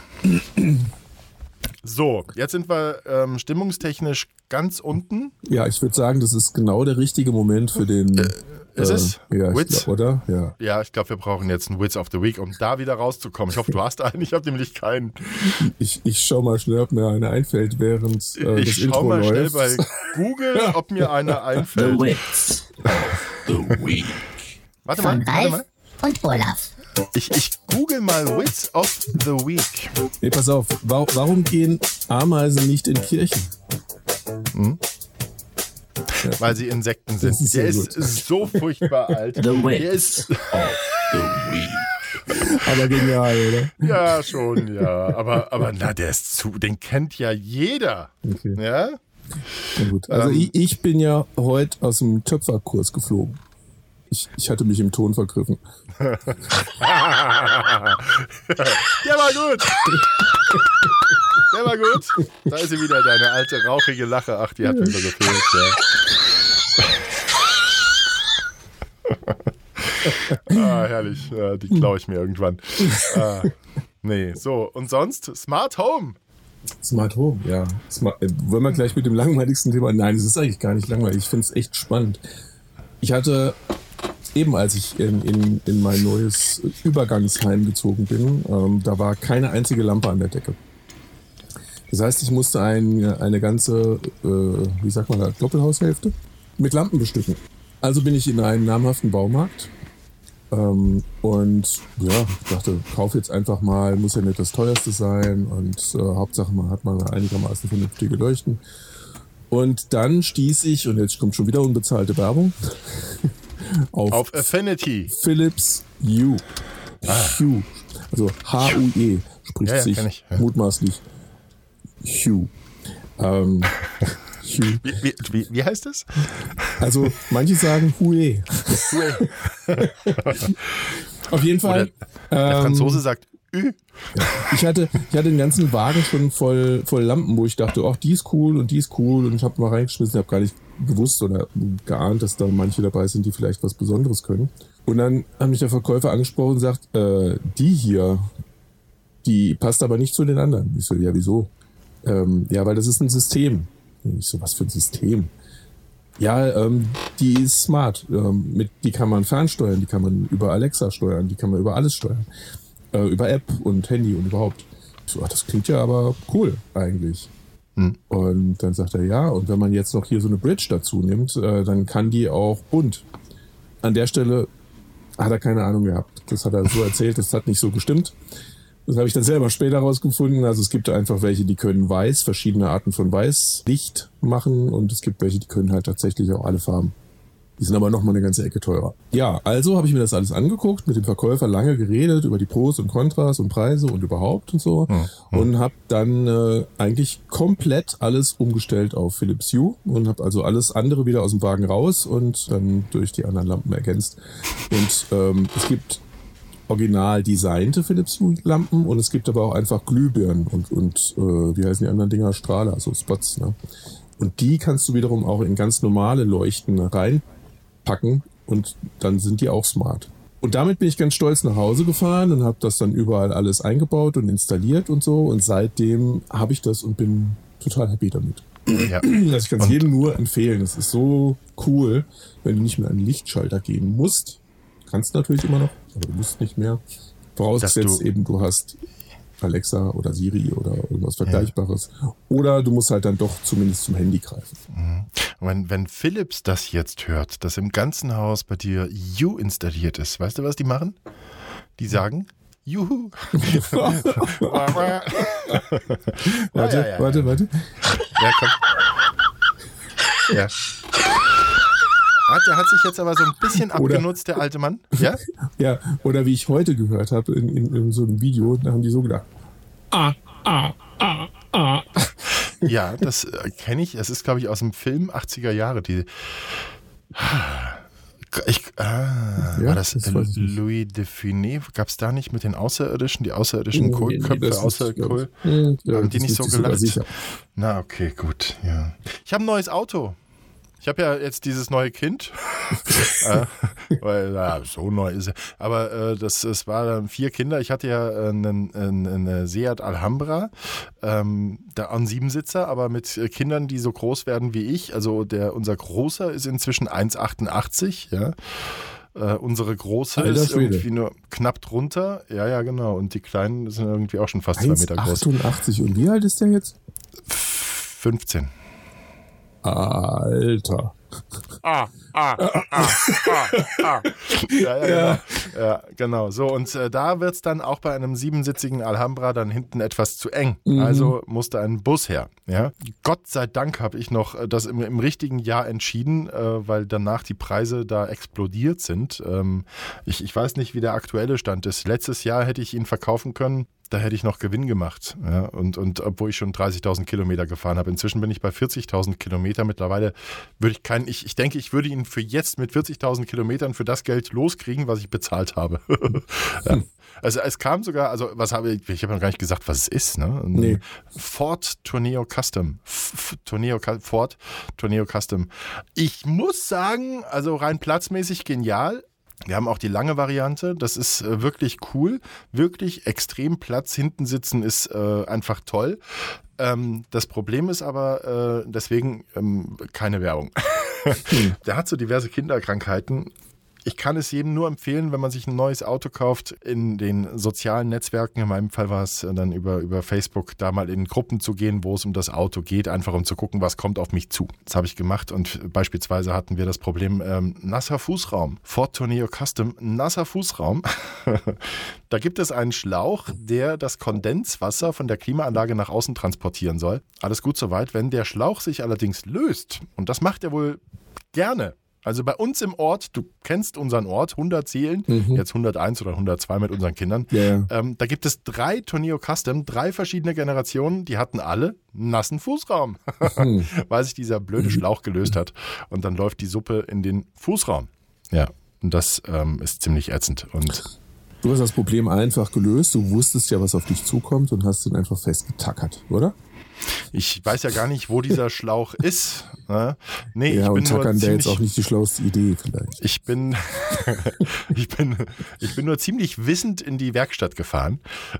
So, jetzt sind wir ähm, stimmungstechnisch ganz unten. Ja, ich würde sagen, das ist genau der richtige Moment für den... Äh, ist äh, es? Ja, Witz? Glaub, oder? Ja, ja ich glaube, wir brauchen jetzt einen Witz of the Week, um da wieder rauszukommen. Ich hoffe, du hast einen. Ich habe nämlich keinen. Ich, ich schau mal schnell, ob mir einer einfällt, während äh, ich das Intro schau mal läuft. schnell bei Google, ob mir einer einfällt. The Witz of the Week. Warte mal, Von warte Ralf mal. und Olaf. Ich, ich google mal Witz of the Week. Nee, pass auf. Warum, warum gehen Ameisen nicht in Kirchen? Hm? Ja. Weil sie Insekten sind. Ist Der gut. ist so furchtbar alt. The Der Witz ist of the Week. Aber genial, oder? ja schon, ja. Aber, aber na, der ist zu, den kennt ja jeder. Okay. Ja? Na gut. Also Ähm. ich, ich bin ja heute aus dem Töpferkurs geflogen. Ich, ich hatte mich im Ton vergriffen. Der war gut. Der war gut. Da ist sie wieder, deine alte rauchige Lache. Ach, die hat mir so gefehlt. Ja. ah, herrlich. Ja, die klaue ich mir irgendwann. Ah, nee, so. Und sonst? Smart Home. Smart Home, ja. Smart, äh, wollen wir gleich mit dem langweiligsten Thema... Nein, es ist eigentlich gar nicht langweilig. Ich finde es echt spannend. Ich hatte... Eben als ich in, in, in mein neues Übergangsheim gezogen bin, ähm, da war keine einzige Lampe an der Decke. Das heißt, ich musste ein, eine ganze, äh, wie sagt man da, Doppelhaushälfte mit Lampen bestücken. Also bin ich in einen namhaften Baumarkt ähm, und ja, ich dachte, kauf jetzt einfach mal, muss ja nicht das teuerste sein und äh, Hauptsache man hat mal einigermaßen vernünftige Leuchten. Und dann stieß ich, und jetzt kommt schon wieder unbezahlte Werbung, Auf, Auf Affinity. Philips Hue. Ah. Hue. Also H U E spricht Ja, ja, sich kenn ich, ja. mutmaßlich Hue. Ähm, Hue. Wie, wie, wie, wie heißt es? Also manche sagen Hue. Auf jeden Fall. Der ähm, Franzose sagt Ü. Ich hatte, ich hatte den ganzen Wagen schon voll, voll Lampen, wo ich dachte, ach, die ist cool und die ist cool. Und ich habe mal reingeschmissen, habe gar nicht gewusst oder geahnt, dass da manche dabei sind, die vielleicht was Besonderes können. Und dann hat mich der Verkäufer angesprochen und sagt, äh, die hier, die passt aber nicht zu den anderen. Ich so, ja, wieso? Ähm, ja, weil das ist ein System. Und ich so, was für ein System? Ja, ähm, die ist smart. Ähm, mit, die kann man fernsteuern, die kann man über Alexa steuern, die kann man über alles steuern. Äh, über App und Handy und überhaupt. Ich so, ach, das klingt ja aber cool eigentlich. Hm. Und dann sagt er, ja, und wenn man jetzt noch hier so eine Bridge dazu nimmt, äh, dann kann die auch bunt. An der Stelle hat er keine Ahnung gehabt. Das hat er so erzählt, das hat nicht so gestimmt. Das habe ich dann selber später rausgefunden. Also es gibt einfach welche, die können weiß, verschiedene Arten von Weiß, Licht machen und es gibt welche, die können halt tatsächlich auch alle Farben. Die sind aber noch mal eine ganze Ecke teurer. Ja, also habe ich mir das alles angeguckt, mit dem Verkäufer lange geredet über die Pros und Kontras und Preise und überhaupt und so. Mhm. Und habe dann äh, eigentlich komplett alles umgestellt auf Philips Hue und habe also alles andere wieder aus dem Wagen raus und dann durch die anderen Lampen ergänzt. Und ähm, es gibt original designte Philips Hue Lampen und es gibt aber auch einfach Glühbirnen und, und äh, wie heißen die anderen Dinger? Strahler, also Spots. Ne? Und die kannst du wiederum auch in ganz normale Leuchten reinpacken und dann sind die auch smart. Und damit bin ich ganz stolz nach Hause gefahren und habe das dann überall alles eingebaut und installiert und so. Und seitdem habe ich das und bin total happy damit. Ja. Also ich kann es jedem nur empfehlen. Es ist so cool, wenn du nicht mehr an den Lichtschalter gehen musst. Kannst natürlich immer noch, aber du musst nicht mehr. Vorausgesetzt du eben, du hast Alexa oder Siri oder irgendwas Vergleichbares. Ja. Oder du musst halt dann doch zumindest zum Handy greifen. Mhm. Wenn, wenn Philips das jetzt hört, dass im ganzen Haus bei dir Hue installiert ist, weißt du, was die machen? Die sagen, Juhu. warte, ja, ja, ja, warte, ja. warte. Ja, komm. Ja. Ah, der hat sich jetzt aber so ein bisschen Oder- abgenutzt, der alte Mann. Ja? Ja, oder wie ich heute gehört habe in, in, in so einem Video, da haben die so gedacht. Ah, ah, ah, ah. Ja, das äh, kenne ich. Es ist, glaube ich, aus dem Film achtziger Jahre. Die, ich, ah, Ja, war das, das äh, weiß ich nicht. Louis de Funès? Gab es da nicht mit den Außerirdischen, die außerirdischen Kohlköpfe, das ist, außer glaub Kohl? ich, hm, ja, Haben die das nicht ist so sogar gelacht? sicher. Na, okay, gut. Ja. Ich habe ein neues Auto. Ich habe ja jetzt dieses neue Kind, äh, weil ja, so neu ist er. Aber äh, das, es waren vier Kinder. Ich hatte ja einen, einen, eine Seat Alhambra, ähm, da einen Siebensitzer, aber mit Kindern, die so groß werden wie ich. Also der unser Großer ist inzwischen eins Komma achtundachtzig, ja. Äh, unsere Große Alter ist Schwede. irgendwie nur knapp drunter. Ja, ja, genau. Und die Kleinen sind irgendwie auch schon fast zwei Meter groß. achtundachtzig. Und wie alt ist der jetzt? fünfzehn. Alter. Ah, ah, ah, ah, ah. Ja, ja, genau. Ja, genau. So, und äh, da wird es dann auch bei einem siebensitzigen Alhambra dann hinten etwas zu eng. Mhm. Also musste ein Bus her. Ja? Gott sei Dank habe ich noch äh, das im, im richtigen Jahr entschieden, äh, weil danach die Preise da explodiert sind. Ähm, ich, ich weiß nicht, wie der aktuelle Stand ist. Letztes Jahr hätte ich ihn verkaufen können. Da hätte ich noch Gewinn gemacht. Ja, und, und obwohl ich schon dreißigtausend Kilometer gefahren habe. Inzwischen bin ich bei vierzigtausend Kilometer. Mittlerweile würde ich keinen, ich, ich denke, ich würde ihn für jetzt mit vierzigtausend Kilometern für das Geld loskriegen, was ich bezahlt habe. Ja. Also es kam sogar, also was habe ich, ich habe noch gar nicht gesagt, was es ist. Ne? Ein Nee. Ford Tourneo Custom. F- Tourneo, Ford Tourneo Custom. Ich muss sagen, also rein platzmäßig genial. Wir haben auch die lange Variante, das ist äh, wirklich cool, wirklich extrem Platz, hinten sitzen ist äh, einfach toll. Ähm, das Problem ist aber, äh, deswegen ähm, keine Werbung. Der hat so diverse Kinderkrankheiten. Ich kann es jedem nur empfehlen, wenn man sich ein neues Auto kauft, in den sozialen Netzwerken, in meinem Fall war es dann über, über Facebook, da mal in Gruppen zu gehen, wo es um das Auto geht, einfach um zu gucken, was kommt auf mich zu. Das habe ich gemacht und beispielsweise hatten wir das Problem, ähm, nasser Fußraum. Ford Tourneo Custom, nasser Fußraum. Da gibt es einen Schlauch, der das Kondenswasser von der Klimaanlage nach außen transportieren soll. Alles gut soweit. Wenn der Schlauch sich allerdings löst, und das macht er wohl gerne, also bei uns im Ort, du kennst unseren Ort, hundert Seelen, Mhm. jetzt hunderteins oder hundertzwei mit unseren Kindern. Ja, ja. Ähm, da gibt es drei Tourneo Custom, drei verschiedene Generationen, die hatten alle nassen Fußraum, Hm. weil sich dieser blöde Schlauch gelöst hat. Und dann läuft die Suppe in den Fußraum. Ja, und das ähm, ist ziemlich ätzend. Und Du hast das Problem einfach gelöst. Du wusstest ja, was auf dich zukommt und hast ihn einfach festgetackert, oder? ich weiß ja gar nicht, wo dieser Schlauch ist. Ne? Nee, Ja, ich bin und nur tackern wäre jetzt ziemlich... auch nicht die schlauste Idee vielleicht. Ich bin, ich, bin, ich bin nur ziemlich wissend in die Werkstatt gefahren.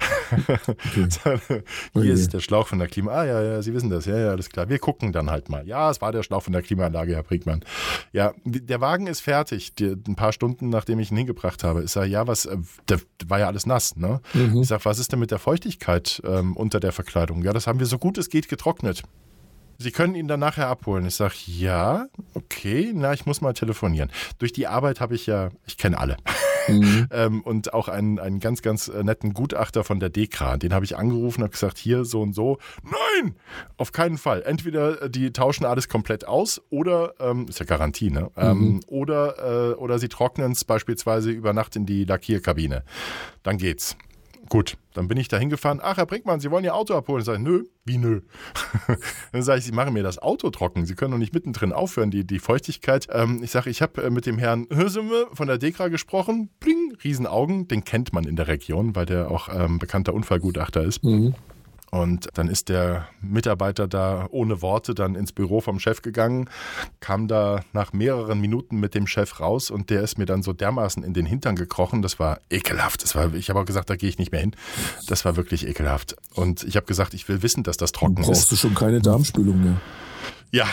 Hier Okay. ist der Schlauch von der Klima. Ah, ja, ja, Sie wissen das. Ja, ja, alles klar. Wir gucken dann halt mal. Ja, es war der Schlauch von der Klimaanlage, Herr Brinkmann. Ja, der Wagen ist fertig. Die, ein paar Stunden, nachdem ich ihn hingebracht habe. Ich sage, ja, was, äh, der war ja alles nass. Ne? Mhm. Ich sage, was ist denn mit der Feuchtigkeit ähm, unter der Verkleidung? Ja, das haben wir so gut es geht getrocknet. Sie können ihn dann nachher abholen. Ich sage, ja, okay, na, ich muss mal telefonieren. Durch die Arbeit habe ich ja, ich kenne alle. Mhm. ähm, und auch einen, einen ganz, ganz äh, netten Gutachter von der DEKRA. Den habe ich angerufen und habe gesagt, hier so und so. Nein, auf keinen Fall. Entweder äh, die tauschen alles komplett aus oder, ähm, ist ja Garantie, ne? Ähm, Mhm. oder, äh, oder sie trocknen es beispielsweise über Nacht in die Lackierkabine. Dann geht's. Gut, dann bin ich da hingefahren. Ach, Herr Brinkmann, Sie wollen Ihr Auto abholen? Ich sage, nö, wie nö? Dann sage ich, Sie machen mir das Auto trocken. Sie können doch nicht mittendrin aufhören, die, die Feuchtigkeit. Ähm, ich sage, ich habe äh, mit dem Herrn Höseme von der DEKRA gesprochen. Bling, Riesenaugen. Den kennt man in der Region, weil der auch ähm, bekannter Unfallgutachter ist. Mhm. Und dann ist der Mitarbeiter da ohne Worte dann ins Büro vom Chef gegangen, kam da nach mehreren Minuten mit dem Chef raus und der ist mir dann so dermaßen in den Hintern gekrochen, das war ekelhaft. Das war, ich habe auch gesagt, da gehe ich nicht mehr hin. Das war wirklich ekelhaft. Und ich habe gesagt, ich will wissen, dass das trocken Brauchst ist. du schon keine Darmspülung mehr. Ja,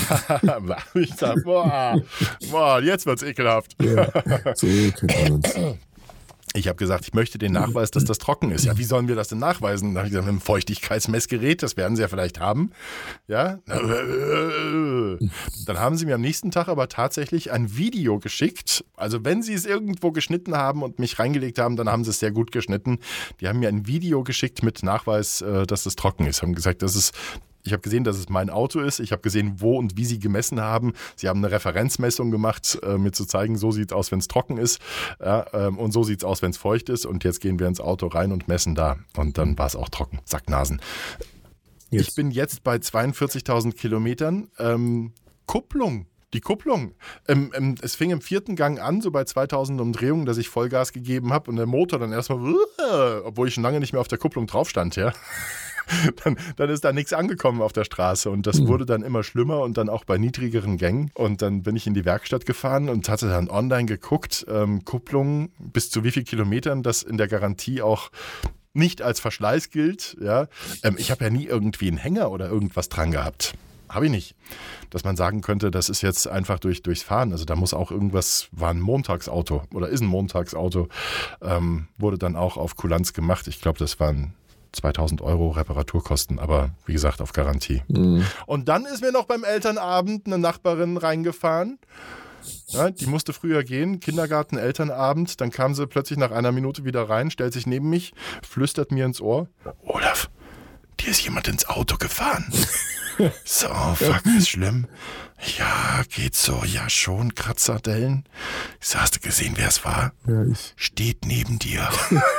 ich sag, boah, boah, jetzt wird's ekelhaft. Ja, so kennt man uns. Ich habe gesagt, ich möchte den Nachweis, dass das trocken ist. Ja, wie sollen wir das denn nachweisen? Da habe ich gesagt, mit einem Feuchtigkeitsmessgerät, das werden sie ja vielleicht haben. Ja. Dann haben sie mir am nächsten Tag aber tatsächlich ein Video geschickt. Also wenn sie es irgendwo geschnitten haben und mich reingelegt haben, dann haben sie es sehr gut geschnitten. Die haben mir ein Video geschickt mit Nachweis, dass es trocken ist. Haben gesagt, das ist Ich habe gesehen, dass es mein Auto ist. Ich habe gesehen, wo und wie sie gemessen haben. Sie haben eine Referenzmessung gemacht, äh, mir zu zeigen, so sieht es aus, wenn es trocken ist. Ja, ähm, und so sieht es aus, wenn es feucht ist. Und jetzt gehen wir ins Auto rein und messen da. Und dann war es auch trocken. Sacknasen. Jetzt. Ich bin jetzt bei zweiundvierzigtausend Kilometern. Ähm, Kupplung. Die Kupplung. Ähm, ähm, es fing im vierten Gang an, so bei zweitausend Umdrehungen, dass ich Vollgas gegeben habe und der Motor dann erstmal, uh, obwohl ich schon lange nicht mehr auf der Kupplung drauf stand, ja. Dann, dann ist da nichts angekommen auf der Straße und das mhm. wurde dann immer schlimmer und dann auch bei niedrigeren Gängen. Und dann bin ich in die Werkstatt gefahren und hatte dann online geguckt, ähm, Kupplung bis zu wie viel Kilometern das in der Garantie auch nicht als Verschleiß gilt. Ja. Ähm, ich habe ja nie irgendwie einen Hänger oder irgendwas dran gehabt. Habe ich nicht. Dass man sagen könnte, das ist jetzt einfach durch, durchs Fahren. Also da muss auch irgendwas, war ein Montagsauto oder ist ein Montagsauto, ähm, wurde dann auch auf Kulanz gemacht. Ich glaube, das waren zweitausend Euro Reparaturkosten, aber wie gesagt auf Garantie. Mhm. Und dann ist mir noch beim Elternabend eine Nachbarin reingefahren. Ja, die musste früher gehen, Kindergarten, Elternabend. Dann kam sie plötzlich nach einer Minute wieder rein, stellt sich neben mich, flüstert mir ins Ohr. Olaf, dir ist jemand ins Auto gefahren. So, fuck, ist schlimm. Ja, geht so, ja schon, Kratzardellen. So, hast du gesehen, wer es war? Ja, ich. Steht neben dir.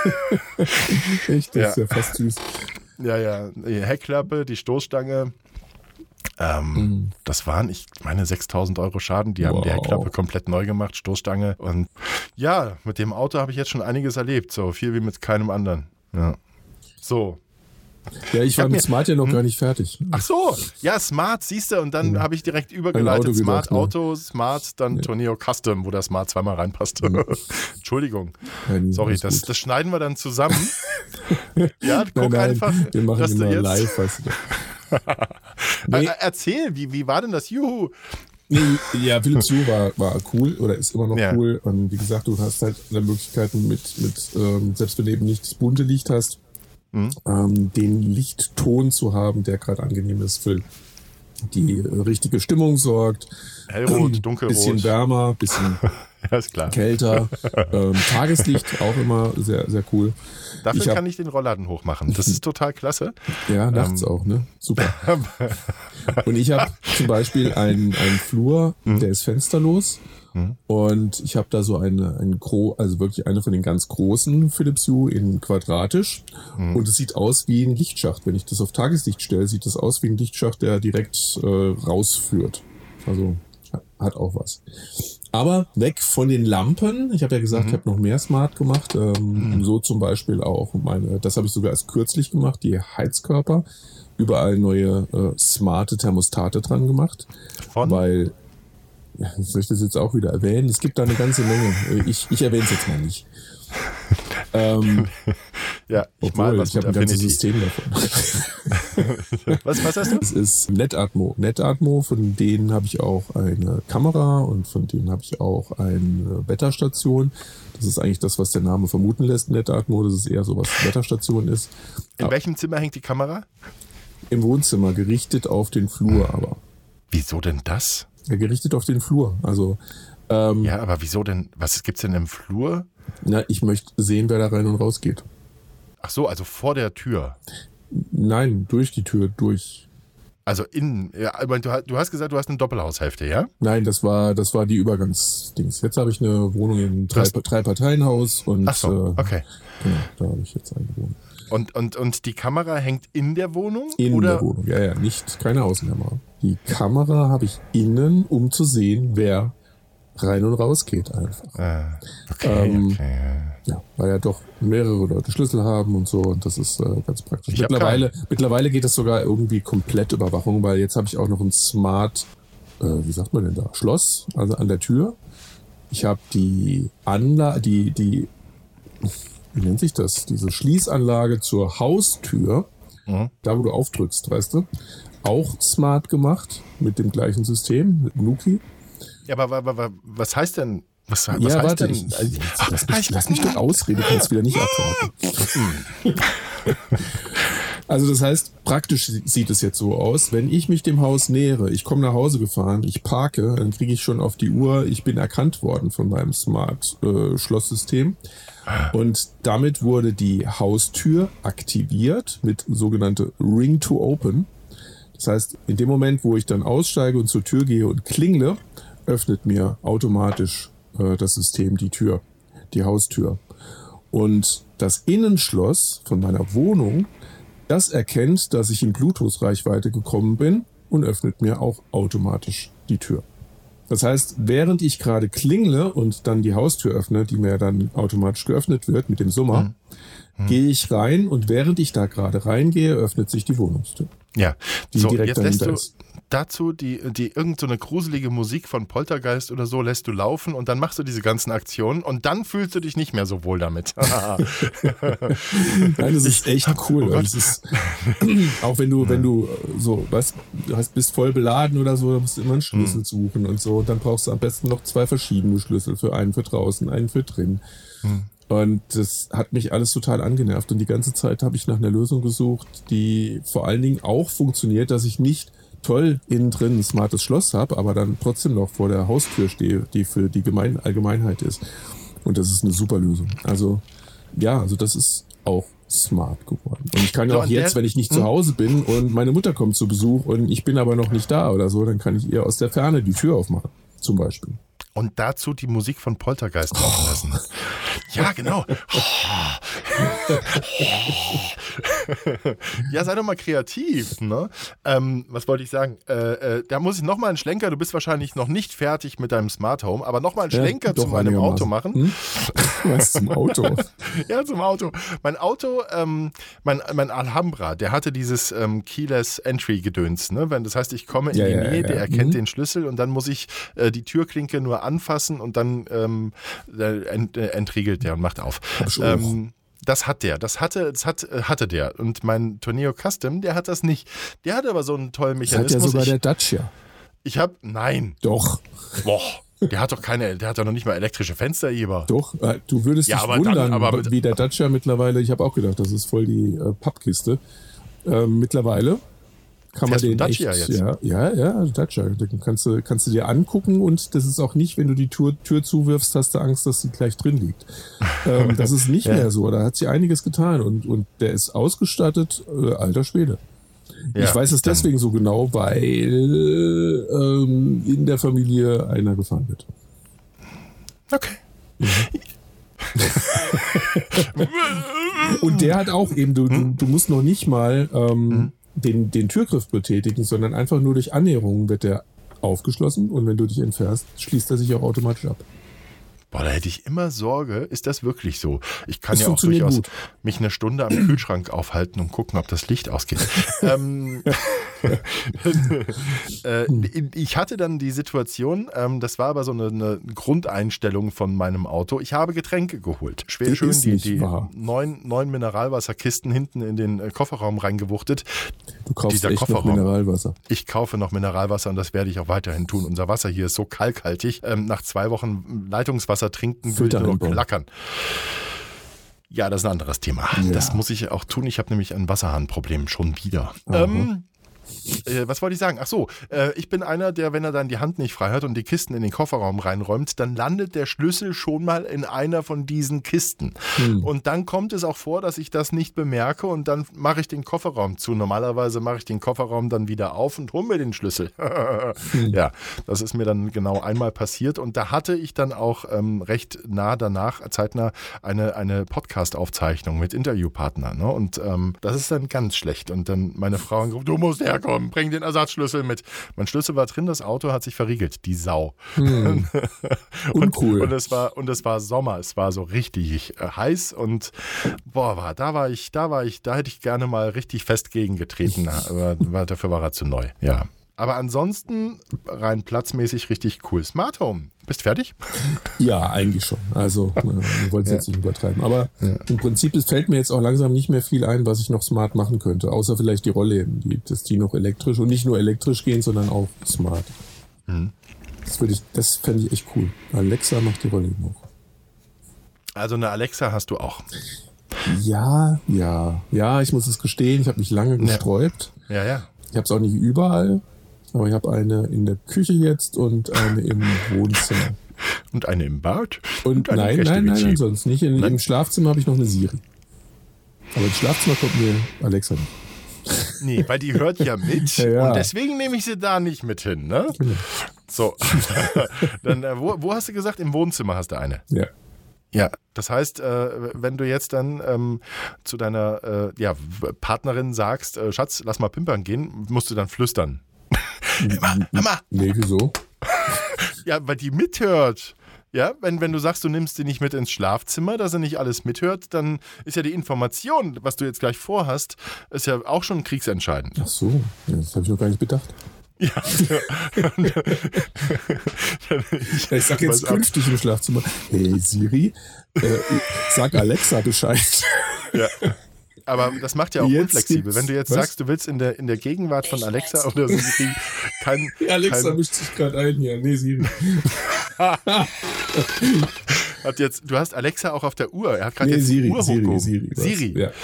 Echt, das ja. ist ja fast süß. Ja, ja, die Heckklappe, die Stoßstange. Ähm, mhm. Das waren, ich meine, sechstausend Euro Schaden. Die wow. haben die Heckklappe komplett neu gemacht, Stoßstange. Und ja, mit dem Auto habe ich jetzt schon einiges erlebt. So viel wie mit keinem anderen. Ja. So. Ja, ich, ich war mit mir, Smart ja noch hm? gar nicht fertig. Ach so, ja, Smart, siehst du, und dann ja. habe ich direkt übergeleitet, Auto Smart gedacht, Auto, ne? Smart, dann ja. Tourneo Custom, wo der Smart zweimal reinpasst. Mhm. Entschuldigung, ja, nie, sorry, das, das schneiden wir dann zusammen. Ja, guck nein, nein, einfach, wir machen dass ihn du mal jetzt... live, weißt du. Nee. Erzähl, wie, wie war denn das Juhu? Nee, ja, Philips Hue war, war cool oder ist immer noch ja. cool. Und wie gesagt, du hast halt Möglichkeiten mit, mit ähm, selbst wenn du eben nicht das bunte Licht hast, Mhm. Ähm, den Lichtton zu haben, der gerade angenehm ist, für die richtige Stimmung sorgt. Hellrot, ähm, dunkelrot. Bisschen wärmer, bisschen ja, ist klar. kälter. ähm, Tageslicht auch immer sehr, sehr cool. Dafür ich hab, kann ich den Rollladen hochmachen. Das ist total klasse. Ja, nachts ähm. auch, ne? Super. Und ich habe zum Beispiel einen, einen Flur, mhm. der ist fensterlos. Mhm. Und ich habe da so eine, eine gro- also wirklich eine von den ganz großen Philips Hue in quadratisch. Mhm. Und es sieht aus wie ein Lichtschacht. Wenn ich das auf Tageslicht stelle, sieht das aus wie ein Lichtschacht, der direkt äh, rausführt. Also hat auch was. Aber weg von den Lampen. Ich habe ja gesagt, mhm. ich habe noch mehr Smart gemacht. Ähm, mhm. So zum Beispiel auch meine, das habe ich sogar erst kürzlich gemacht, die Heizkörper. Überall neue äh, smarte Thermostate dran gemacht. Von? Weil soll ich das jetzt auch wieder erwähnen? Es gibt da eine ganze Menge. Ich, ich erwähne es jetzt mal nicht. ähm, ja, ich mal was ich habe ein ganzes System davon. was, was hast du? Es ist Netatmo. Netatmo, von denen habe ich auch eine Kamera und von denen habe ich auch eine Wetterstation. Das ist eigentlich das, was der Name vermuten lässt, Netatmo, dass es eher so was Wetterstation ist. In aber welchem Zimmer hängt die Kamera? Im Wohnzimmer, gerichtet auf den Flur aber. Wieso denn das? Ja, gerichtet auf den Flur. Also ähm, ja, aber wieso denn? Was gibt's denn im Flur? Na, ich möchte sehen, wer da rein und raus geht. Ach so, also vor der Tür. Nein, durch die Tür, durch. Also in, ja, aber du, du hast gesagt, du hast eine Doppelhaushälfte, ja? Nein, das war, das war die Übergangsdings. Jetzt habe ich eine Wohnung in drei, drei Parteien-Haus und ach so, okay. Äh, genau, da habe ich jetzt eine Wohnung. Und, und, und die Kamera hängt in der Wohnung? In oder? der Wohnung, ja, ja, nicht, keine Außenkamera. Die Kamera habe ich innen, um zu sehen, wer rein und raus geht einfach. Ah, okay, ähm, okay. Ja, weil ja doch mehrere Leute Schlüssel haben und so und das ist äh, ganz praktisch. Ich mittlerweile, mittlerweile geht das sogar irgendwie komplett Überwachung, weil jetzt habe ich auch noch ein Smart, äh, wie sagt man denn da, Schloss, also an der Tür. Ich habe die Anlage, die, die, wie nennt sich das, diese Schließanlage zur Haustür, mhm. da wo du aufdrückst, weißt du, auch smart gemacht mit dem gleichen System, mit Nuki. Ja, aber, aber, aber was heißt denn, was, was ja, heißt warte, denn? Ich, ich, lass, mich, lass mich doch ausreden, du kannst wieder nicht abwarten. Also das heißt, praktisch sieht es jetzt so aus, wenn ich mich dem Haus nähere, ich komme nach Hause gefahren, ich parke, dann kriege ich schon auf die Uhr, ich bin erkannt worden von meinem Smart-Schlosssystem. Äh, und damit wurde die Haustür aktiviert mit sogenannte Ring to Open. Das heißt, in dem Moment, wo ich dann aussteige und zur Tür gehe und klingle, öffnet mir automatisch äh, das System die Tür, die Haustür. Und das Innenschloss von meiner Wohnung, das erkennt, dass ich in Bluetooth-Reichweite gekommen bin und öffnet mir auch automatisch die Tür. Das heißt, während ich gerade klingle und dann die Haustür öffne, die mir dann automatisch geöffnet wird mit dem Summer, mhm. Mhm. gehe ich rein und während ich da gerade reingehe, öffnet sich die Wohnungstür. Ja, die so, direkt jetzt lässt dahinter du ist. dazu die, die irgend so eine gruselige Musik von Poltergeist oder so lässt du laufen und dann machst du diese ganzen Aktionen und dann fühlst du dich nicht mehr so wohl damit. Nein, das ist echt cool. Oh Gott. Das ist, auch wenn du, wenn du so, weißt, du hast, bist voll beladen oder so, dann musst du immer einen Schlüssel suchen und so. Und dann brauchst du am besten noch zwei verschiedene Schlüssel, für einen für draußen, einen für drin. Hm. Und das hat mich alles total angenervt. Und die ganze Zeit habe ich nach einer Lösung gesucht, die vor allen Dingen auch funktioniert, dass ich nicht toll innen drin ein smartes Schloss habe, aber dann trotzdem noch vor der Haustür stehe, die für die Gemein- Allgemeinheit ist. Und das ist eine super Lösung. Also ja, also das ist auch smart geworden. Und ich kann ja So, auch und jetzt, der- wenn ich nicht zu Hause bin und meine Mutter kommt zu Besuch und ich bin aber noch nicht da oder so, dann kann ich ihr aus der Ferne die Tür aufmachen, zum Beispiel. Und dazu die Musik von Poltergeist laufen lassen. Ja, genau. Ja, sei doch mal kreativ. Ne? Ähm, was wollte ich sagen? Äh, äh, da muss ich nochmal einen Schlenker. Du bist wahrscheinlich noch nicht fertig mit deinem Smart Home, aber nochmal einen Ja, Schlenker doch, zu meinem Auto einigermaßen. machen. Hm? Was zum Auto? Ja, zum Auto. Mein Auto, ähm, mein, mein Alhambra, der hatte dieses ähm, Keyless Entry Gedöns. Ne? Wenn, das heißt, ich komme in Ja, die ja, Nähe, ja. der erkennt Mhm. den Schlüssel und dann muss ich äh, die Türklinke nur anfassen und dann ähm, äh, ent, äh, entriegelt der und macht auf. Hab ich auch. Ähm, das hat der, das hatte, das hat, äh, hatte der. Und mein Tourneo Custom, der hat das nicht. Der hat aber so einen tollen Das hat ja Mechanismus. sogar ich der Dacia. ich habe, nein, Doch, boah, der hat doch keine, der hat doch noch nicht mal elektrische Fensterheber. doch. Äh, Du würdest Ja, dich aber dann- wundern, aber mit- wie der Dacia mittlerweile, ich habe auch gedacht, das ist voll die äh, Pappkiste. Ähm, mittlerweile kann man Fährst du den einen echt, Dacia jetzt? ja, ja, ja, also Dacia. Den kannst du, kannst du dir angucken und das ist auch nicht, wenn du die Tür, Tür zuwirfst, hast du Angst, dass sie gleich drin liegt. ähm, das ist nicht Ja. mehr so. Da hat sie einiges getan und, und der ist ausgestattet, äh, alter Schwede. Ja, ich weiß es dann- deswegen so genau, weil ähm, in der Familie einer gefahren wird. Okay. Und der hat auch eben, du, Hm? du, du musst noch nicht mal ähm, den, den Türgriff betätigen, sondern einfach nur durch Annäherung wird der aufgeschlossen und wenn du dich entfernst, schließt er sich auch automatisch ab. Boah, da hätte ich immer Sorge, ist das wirklich so? Ich kann Das ja auch funktioniert durchaus gut. mich eine Stunde am Kühlschrank aufhalten und gucken, ob das Licht ausgeht. ähm, äh, ich hatte dann die Situation, ähm, das war aber so eine, eine Grundeinstellung von meinem Auto. Ich habe Getränke geholt. Schwer Die schön ist die, nicht die wahr. neun, neun Mineralwasserkisten hinten in den äh, Kofferraum reingewuchtet. Du kaufst Dieser echt noch Kofferraum. Mineralwasser. Ich kaufe noch Mineralwasser und das werde ich auch weiterhin tun. Unser Wasser hier ist so kalkhaltig. Ähm, nach zwei Wochen Leitungswasser trinken will ich Filter nur noch einbauen. klackern. Ja, das ist ein anderes Thema. Ja. Das muss ich auch tun. Ich habe nämlich ein Wasserhahnproblem schon wieder. Aha. Ähm, äh, was wollte ich sagen? Ach so, äh, ich bin einer, der, wenn er dann die Hand nicht frei hat und die Kisten in den Kofferraum reinräumt, dann landet der Schlüssel schon mal in einer von diesen Kisten. Hm. Und dann kommt es auch vor, dass ich das nicht bemerke und dann mache ich den Kofferraum zu. Normalerweise mache ich den Kofferraum dann wieder auf und hole mir den Schlüssel. Ja, das ist mir dann genau einmal passiert und da hatte ich dann auch ähm, recht nah danach, zeitnah, eine, eine Podcast-Aufzeichnung mit Interviewpartnern. Ne? Und ähm, das ist dann ganz schlecht. Und dann meine Frau angerufen, du musst herkommen, bring den Ersatzschlüssel mit. Mein Schlüssel war drin, das Auto hat sich verriegelt, die Sau. Hm. Und, Uncool. und, es war, und es war Sommer, es war so richtig äh, heiß und boah, war, da war ich, da war ich, da hätte ich gerne mal richtig fest gegengetreten, aber war, dafür war er zu neu, ja. Aber ansonsten rein platzmäßig richtig cool. Smart Home. Bist fertig? Ja, eigentlich schon. Also, äh, wir wollen es Ja. jetzt nicht übertreiben. Aber im Prinzip es fällt mir jetzt auch langsam nicht mehr viel ein, was ich noch smart machen könnte. Außer vielleicht die Rollläden, die, dass die noch elektrisch und nicht nur elektrisch gehen, sondern auch smart. Mhm. Das würde ich, das fände ich echt cool. Alexa macht die Rollläden auch. Also eine Alexa hast du auch. Ja, ja, ja, ich muss es gestehen, ich habe mich lange gesträubt. Ja, ja. Ich habe es auch nicht überall, aber ich habe eine in der Küche jetzt und eine im Wohnzimmer. Und eine im Bad. Und eine nein, im nein, nein, Gäste-W C. nein, sonst nicht. In, Nein? Im Schlafzimmer habe ich noch eine Siri. Aber ins Schlafzimmer kommt mir Alexa nicht. Nee, weil die hört ja mit Ja, ja. und deswegen nehme ich sie da nicht mit hin, ne? So, dann, äh, wo, wo hast du gesagt? Im Wohnzimmer hast du eine. Ja. Ja, das heißt, äh, wenn du jetzt dann ähm, zu deiner äh, ja, Partnerin sagst, äh, Schatz, lass mal pimpern gehen, musst du dann flüstern. Hör mal, hör mal. Nee, wieso? Ja, weil die mithört. Ja, wenn, wenn du sagst, du nimmst sie nicht mit ins Schlafzimmer, dass sie nicht alles mithört, dann ist ja die Information, was du jetzt gleich vorhast, ist ja auch schon kriegsentscheidend. Ach so, ja, das habe ich noch gar nicht bedacht. Ja. Ich, ich sag jetzt künftig im Schlafzimmer, hey Siri, äh, sag Alexa Bescheid. Ja. Aber das macht ja auch Jetzt unflexibel. gibt's- Wenn du jetzt was? sagst, du willst in der, in der Gegenwart von Alexa oder Siri kein... Alexa kein, mischt sich gerade ein hier. Nee, Siri. hat jetzt, du hast Alexa auch auf der Uhr. Er hat gerade Nee, jetzt Siri, die Uhr Siri, hochgehoben. Siri. was? Siri. Ja.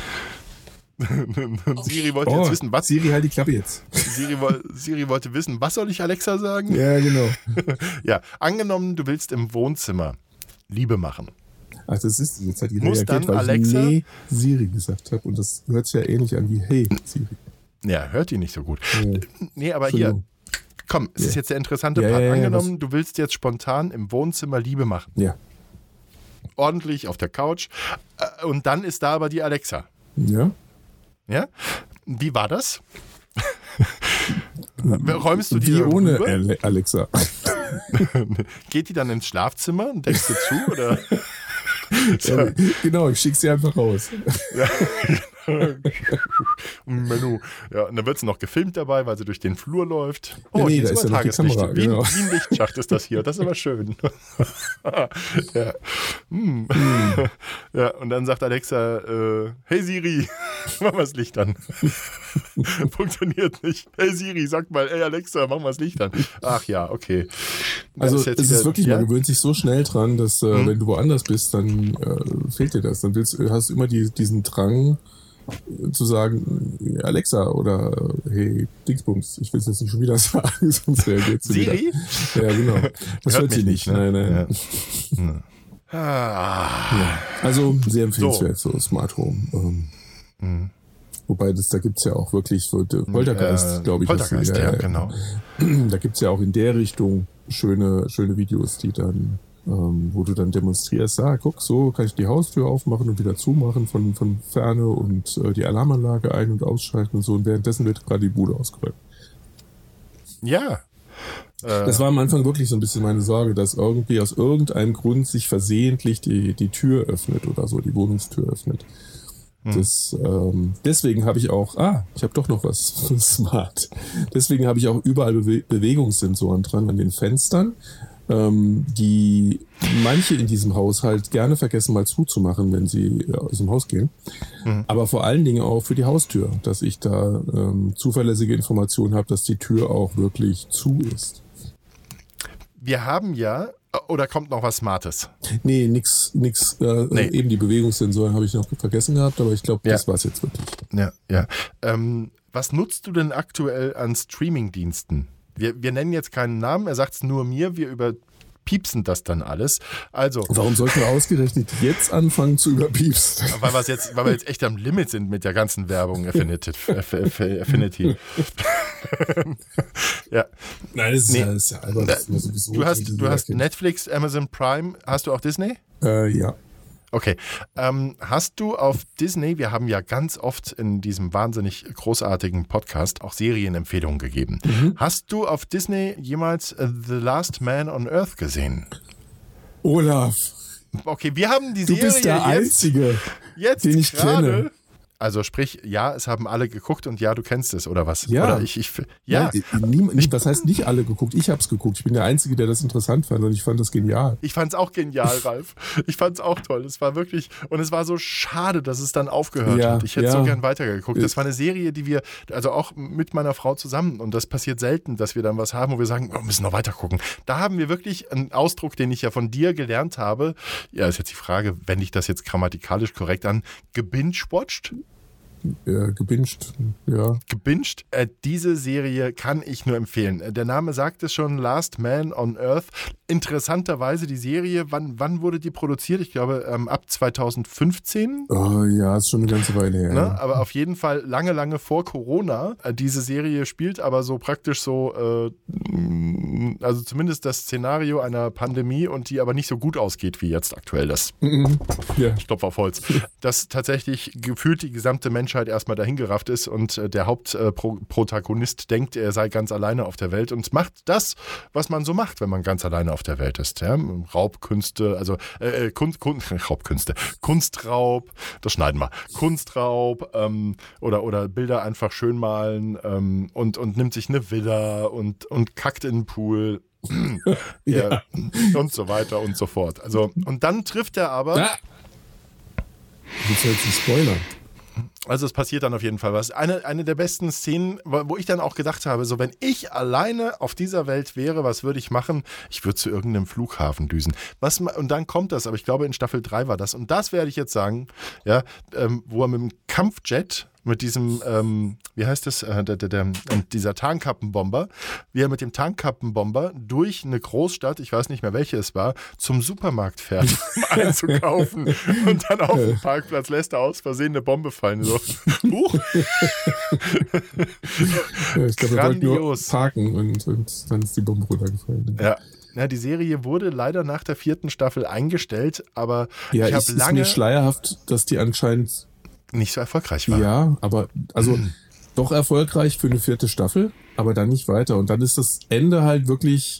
Siri wollte Oh, jetzt wissen, was... Siri, halt die Klappe jetzt. Siri, woll- Siri wollte wissen, was soll ich Alexa sagen? Ja, genau. Ja, angenommen, du willst im Wohnzimmer Liebe machen. Ach, das ist, jetzt hat die Muss reagiert, dann weil Alexa- ich nee Siri gesagt habe. Und das hört sich ja ähnlich an wie Hey Siri. Ja, hört die nicht so gut. Ja. Nee, aber hier, Entschuldigung. komm, es Ja. ist jetzt der interessante Ja, Part. ja, ja, Angenommen, du willst jetzt spontan im Wohnzimmer Liebe machen. Ja. Ordentlich auf der Couch. Äh, Und dann ist da aber die Alexa. Ja. Ja? Wie war das? Räumst du die Wie ohne rüber? Ale- Alexa. Geht die dann ins Schlafzimmer und deckst du zu? Oder? Ja, genau, ich schicke sie einfach raus. Menü. Ja, und dann wird sie noch gefilmt dabei, weil sie durch den Flur läuft. Oh, Ja, nee, hier da ist ist aber ja noch die Tageslicht. Kamera, wie, genau. wie ein Lichtschacht ist das hier. Das ist aber schön. Ja. Hm. Ja, und dann sagt Alexa, äh, hey Siri, mach mal das Licht an. Funktioniert nicht. Hey Siri, sag mal, hey Alexa, mach mal das Licht an. Ach ja, okay. Da Also ist jetzt es wieder- ist wirklich, ja? man gewöhnt sich so schnell dran, dass äh, Mhm. wenn du woanders bist, dann äh, fehlt dir das. Dann willst, hast du immer die, diesen Drang äh, zu sagen, äh, Alexa oder äh, hey Dingsbums, ich will es jetzt nicht schon wieder sagen, sonst reagiert sie Siri? wieder. Ja, genau. Das Hört hört sie mich nicht. nicht, ne? Nein, nein. Ja. Hm. Ah. Also sehr empfehlenswert, so, Smart Home. Ähm, Mhm. Wobei, das, da gibt's ja auch wirklich so äh, Poltergeist, Äh, glaube ich. ist- Poltergeist, ja, genau. Da gibt's ja auch in der Richtung schöne, schöne Videos, die dann, ähm, wo du dann demonstrierst, ah, guck, so kann ich die Haustür aufmachen und wieder zumachen von, von Ferne und äh, die Alarmanlage ein- und ausschalten und so. Und währenddessen wird gerade die Bude ausgeräumt. Ja. Äh, Das war am Anfang wirklich so ein bisschen meine Sorge, dass irgendwie aus irgendeinem Grund sich versehentlich die, die Tür öffnet oder so, die Wohnungstür öffnet. Das, ähm, deswegen habe ich auch, ah, ich habe doch noch was smart. Deswegen habe ich auch überall Bewe Bewegungssensoren dran an den Fenstern, ähm, die manche in diesem Haushalt gerne vergessen mal zuzumachen, wenn sie äh, aus dem Haus gehen. Mhm. Aber vor allen Dingen auch für die Haustür, dass ich da ähm, zuverlässige Informationen habe, dass die Tür auch wirklich zu ist. wir haben ja, oder kommt noch was Smartes? Nee, nix, nix, äh, Nee. eben die Bewegungssensoren habe ich noch vergessen gehabt, aber ich glaube, das Ja. war's jetzt wirklich. Ja, ja. Ähm, was nutzt du denn aktuell an Streamingdiensten? Wir, wir nennen jetzt keinen Namen, er sagt es nur mir, wir überpiepsen das dann alles. Also, Warum sollten wir ausgerechnet jetzt anfangen zu überpiepsen? weil, wir's jetzt, weil wir jetzt echt am Limit sind mit der ganzen Werbung Affinity. Aff- Aff- Affinity. Ja. Nein, das ist, Nee. ja, das ist ja albern. Das ist ja sowieso Du hast, diese du hast Werke. Netflix, Amazon Prime, hast du auch Disney? Äh, ja. Okay. Ähm, hast du auf Disney, wir haben ja ganz oft in diesem wahnsinnig großartigen Podcast auch Serienempfehlungen gegeben. Mhm. Hast du auf Disney jemals äh, The Last Man on Earth gesehen? Olaf, Okay, wir haben die du Serie bist der jetzt, Einzige. jetzt den ich gerade. kenne. Also sprich, ja, es haben alle geguckt und ja, du kennst es, oder was? Ja. Oder ich, ich, ja. Nein, nie, nie, das heißt nicht alle geguckt. Ich habe es geguckt. Ich bin der Einzige, der das interessant fand und ich fand das genial. Ich fand's auch genial, Ralf. Ich fand's auch toll. Es war wirklich, und es war so schade, dass es dann aufgehört Ja, hat. Ich hätte ja. so gern weitergeguckt. Das war eine Serie, die wir, also auch mit meiner Frau zusammen, und das passiert selten, dass wir dann was haben, wo wir sagen, oh, wir müssen noch weiter gucken. Da haben wir wirklich einen Ausdruck, den ich ja von dir gelernt habe. Ja, ist jetzt die Frage, wende ich das jetzt grammatikalisch korrekt an, gebingewatcht? äh, gebinged, ja. Gebinged. Äh, diese Serie kann ich nur empfehlen. Der Name sagt es schon, Last Man on Earth. Interessanterweise die Serie, wann, wann wurde die produziert? Ich glaube ähm, ab zweitausendfünfzehn. Oh ja, ist schon eine ganze Weile her. Ne? Aber auf jeden Fall lange, lange vor Corona. Äh, diese Serie spielt aber so praktisch so, äh, also zumindest das Szenario einer Pandemie und die aber nicht so gut ausgeht wie jetzt aktuell. Das Mhm. Ja. Stopf auf Holz. Dass tatsächlich gefühlt die gesamte Menschheit erstmal dahingerafft ist und äh, der Hauptprotagonist äh, denkt, er sei ganz alleine auf der Welt und macht das, was man so macht, wenn man ganz alleine auf der Welt ist. Ja? Raubkünste, also äh, Kunst, Kunst, Raubkünste, Kunstraub, das schneiden wir, Kunstraub ähm, oder, oder Bilder einfach schön malen ähm, und, und nimmt sich eine Villa und, und kackt in den Pool. Ja. Und so weiter und so fort. Also, und dann trifft er aber. Ah. Willst du jetzt nicht spoilern? Also es passiert dann auf jeden Fall was. Eine, eine der besten Szenen, wo ich dann auch gedacht habe, so wenn ich alleine auf dieser Welt wäre, was würde ich machen? Ich würde zu irgendeinem Flughafen düsen. Was, und dann kommt das, aber ich glaube in Staffel drei war das. Und das werde ich jetzt sagen, ja, ähm, wo er mit dem Kampfjet, mit diesem, ähm, wie heißt das, äh, der, der, der, dieser Tarnkappenbomber, wie er mit dem Tarnkappenbomber durch eine Großstadt, ich weiß nicht mehr welche es war, zum Supermarkt fährt, um einzukaufen. Und dann auf dem Parkplatz lässt er aus Versehen eine Bombe fallen. So, huch. Ja, ich glaube, er wollte nur Grandios. parken und, und dann ist die Bombe runtergefallen. Ja. Ja, die Serie wurde leider nach der vierten Staffel eingestellt, aber Ja, ich ich habe ist lange mir schleierhaft, dass die anscheinend, nicht so erfolgreich war. ja, aber also doch erfolgreich für eine vierte Staffel, aber dann nicht weiter. Und dann ist das Ende halt wirklich,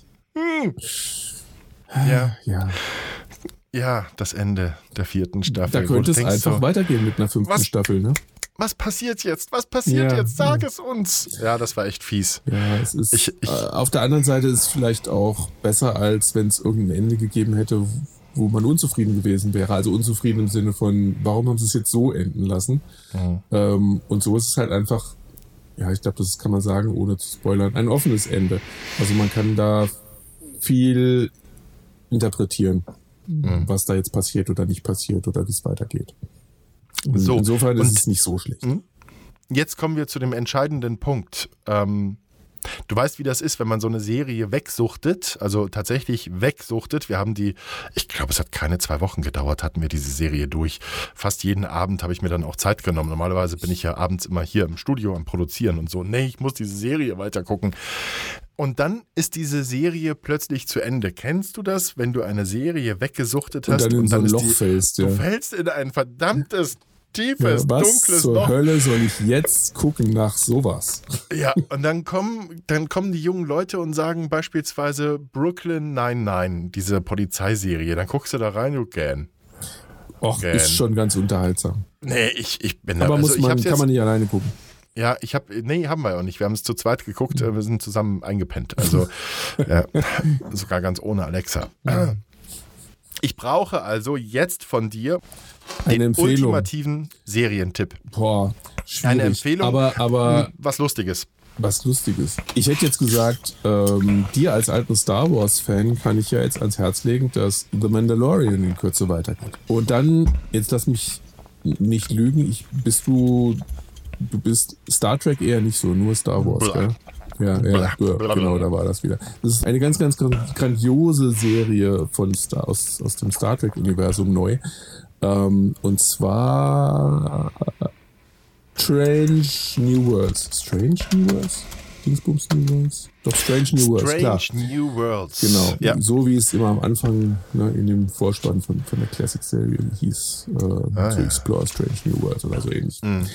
Ja, ja, ja, das Ende der vierten Staffel. da wo könnte du es denkst einfach so, weitergehen mit einer fünften Was? Staffel, ne? was passiert jetzt? Was passiert Ja. jetzt? Sag es uns. Ja, das war echt fies. Ja, es ist, Ich- ich- äh, auf der anderen Seite ist es vielleicht auch besser, als wenn es irgendein Ende gegeben hätte, wo man unzufrieden gewesen wäre. Also unzufrieden im Sinne von, warum haben sie es jetzt so enden lassen? Mhm. Ähm, und so ist es halt einfach, ja, ich glaube, das kann man sagen, ohne zu spoilern, ein offenes Ende. Also man kann da viel interpretieren, Mhm. was da jetzt passiert oder nicht passiert oder wie es weitergeht. Und So, insofern ist und- es nicht so schlecht. Mhm. Jetzt kommen wir zu dem entscheidenden Punkt. Ähm, du weißt, wie das ist, wenn man so eine Serie wegsuchtet, also tatsächlich wegsuchtet. Wir haben die, ich glaube, es hat keine zwei Wochen gedauert, hatten wir diese Serie durch. Fast jeden Abend habe ich mir dann auch Zeit genommen. Normalerweise bin ich ja abends immer hier im Studio am Produzieren und so. Nee, ich muss diese Serie weiter gucken. Und dann ist diese Serie plötzlich zu Ende. Kennst du das, wenn du eine Serie weggesuchtet Und hast dann in so ein ist Loch die, fällst, du ja. fällst in ein verdammtes, Ja, tiefes, was dunkles zur Loch. Hölle soll ich jetzt gucken nach sowas? Ja, und dann kommen, dann kommen die jungen Leute und sagen beispielsweise Brooklyn Nine-Nine, diese Polizeiserie. Dann guckst du da rein, du gähn. Och, Gern. ist schon ganz unterhaltsam. Nee, ich, ich bin da. Aber also muss ich man, hab's kann jetzt, man nicht alleine gucken. Ja, ich habe, nee, haben wir auch nicht. Wir haben es zu zweit geguckt, äh, wir sind zusammen eingepennt. Also ja, sogar ganz ohne Alexa. Ich brauche also jetzt von dir den Eine Empfehlung. ultimativen Serientipp. Boah, schwierig. Eine Empfehlung, Aber, aber was Lustiges. was Lustiges. Ich hätte jetzt gesagt, ähm, dir als alten Star Wars-Fan kann ich ja jetzt ans Herz legen, dass The Mandalorian in Kürze weitergeht. Und dann, jetzt lass mich nicht lügen, ich, bist du, du bist Star Trek eher nicht so, nur Star Wars, Blah. gell? Ja, ja, Blah, blah, genau, blah. da war das wieder. Das ist eine ganz, ganz grandiose Serie von Star, aus, aus dem Star Trek-Universum neu. Ähm, und zwar Strange New Worlds. Strange New Worlds? Dingsbums New Worlds? Doch, Strange New Worlds, klar. Strange New Worlds. Genau, Ja. so wie es immer am Anfang ne, in dem Vorspann von, von der Classic-Serie hieß, äh, Ah, to ja. explore Strange New Worlds oder so ähnlich. Mhm.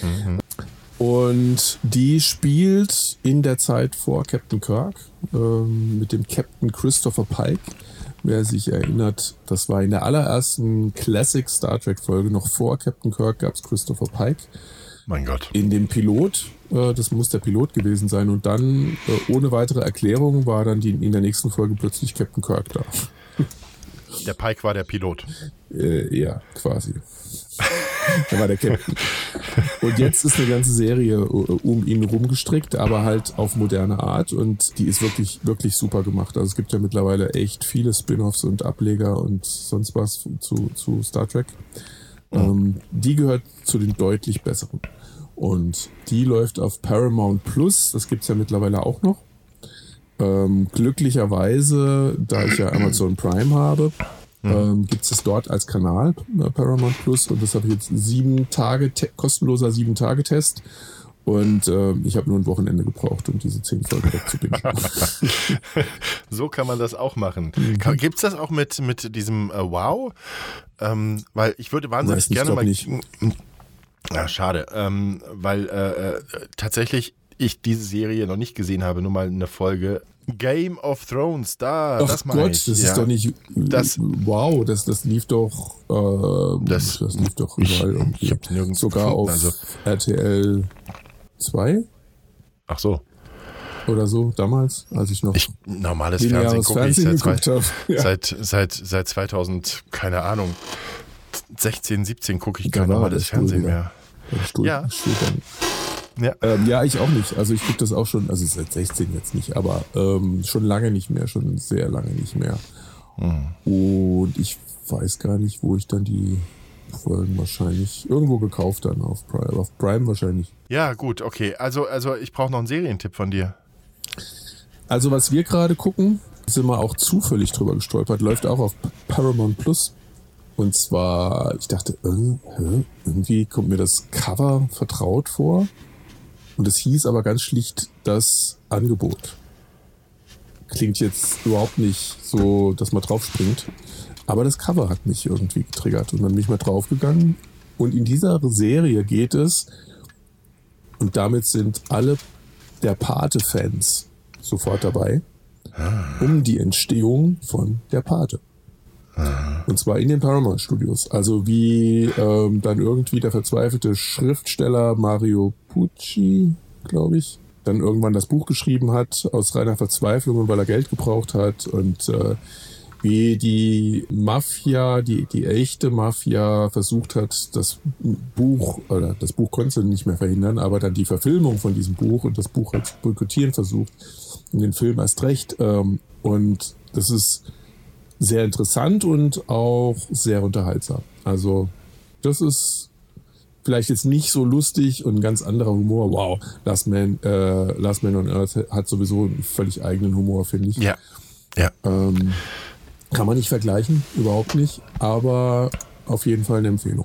Und die spielt in der Zeit vor Captain Kirk ähm, mit dem Captain Christopher Pike. Wer sich erinnert, das war in der allerersten Classic Star Trek Folge, noch vor Captain Kirk gab es Christopher Pike. Mein Gott. In dem Pilot, äh, das muss der Pilot gewesen sein, und dann äh, ohne weitere Erklärung war dann die, in der nächsten Folge plötzlich Captain Kirk da. Der Pike war der Pilot. Äh, ja, quasi. Er war der Captain. Und jetzt ist eine ganze Serie äh, um ihn rumgestrickt, aber halt auf moderne Art, und die ist wirklich, wirklich super gemacht. Also es gibt ja mittlerweile echt viele Spin-offs und Ableger und sonst was zu, zu Star Trek. Ähm, die gehört zu den deutlich besseren. Und die läuft auf Paramount Plus. Das gibt's ja mittlerweile auch noch. Ähm, glücklicherweise, da ich ja Amazon Prime habe, mhm. ähm, gibt es dort als Kanal, äh, Paramount Plus. Und das habe ich jetzt sieben Tage, te- kostenloser sieben Tage Test. Und äh, ich habe nur ein Wochenende gebraucht, um diese zehn Folgen wegzubinden. So kann man das auch machen. Mhm. Gibt es das auch mit, mit diesem äh, Wow? Ähm, weil ich würde wahnsinnig Weiß nicht, gerne mal... nicht. Ja, schade. Ähm, weil äh, äh, tatsächlich ich diese Serie noch nicht gesehen habe, nur mal eine Folge. Game of Thrones, da, Ach das meine Gott, ich. das ja. ist doch nicht... Das- wow, das, das lief doch... Äh, Das- das, lief doch ich- überall irgendwie. ich hab's nirgends Sogar gefunden, auf also- R T L zwei Ach so. oder so, damals, als ich noch Ich, normales Fernsehen lineares gucke ich Fernsehen seit, geguckt habe. Ja. seit, seit, seit zweitausend, keine Ahnung, sechzehn, siebzehn gucke ich Da kein war normales das Stuhl Fernsehen wieder. mehr. Ja, Stuhl, Ja. Stuhl dann. Ja. Ähm, ja, ich auch nicht. Also ich gucke das auch schon, also seit sechzehn jetzt nicht, aber ähm, schon lange nicht mehr, schon sehr lange nicht mehr. Hm. Und ich weiß gar nicht, wo ich dann die Folgen wahrscheinlich irgendwo gekauft dann auf Prime, auf Prime wahrscheinlich. Ja, gut, okay. Also, also ich brauche noch einen Serientipp von dir. Also was wir gerade gucken, sind wir auch zufällig drüber gestolpert, läuft auch auf Paramount Plus. Und zwar, ich dachte, äh, irgendwie kommt mir das Cover vertraut vor. Und es hieß aber ganz schlicht das Angebot. Klingt jetzt überhaupt nicht so, dass man drauf springt. Aber das Cover hat mich irgendwie getriggert. Und dann bin ich mal draufgegangen. Und in dieser Serie geht es, und damit sind alle der Pate-Fans sofort dabei, um die Entstehung von der Pate. Und zwar in den Paramount Studios. Also wie ähm, dann irgendwie der verzweifelte Schriftsteller Mario Pucci, glaube ich, dann irgendwann das Buch geschrieben hat aus reiner Verzweiflung und weil er Geld gebraucht hat. Und äh, wie die Mafia, die, die echte Mafia versucht hat, das Buch, oder das Buch konnte sie nicht mehr verhindern, aber dann die Verfilmung von diesem Buch und das Buch halt zu boykottieren versucht und den Film erst recht. Ähm, und das ist sehr interessant und auch sehr unterhaltsam. Also das ist vielleicht jetzt nicht so lustig und ein ganz anderer Humor. Wow, Last Man, äh, Last Man on Earth hat sowieso einen völlig eigenen Humor, finde ich. Ja. Ja. Ähm, kann man nicht vergleichen, überhaupt nicht, aber auf jeden Fall eine Empfehlung.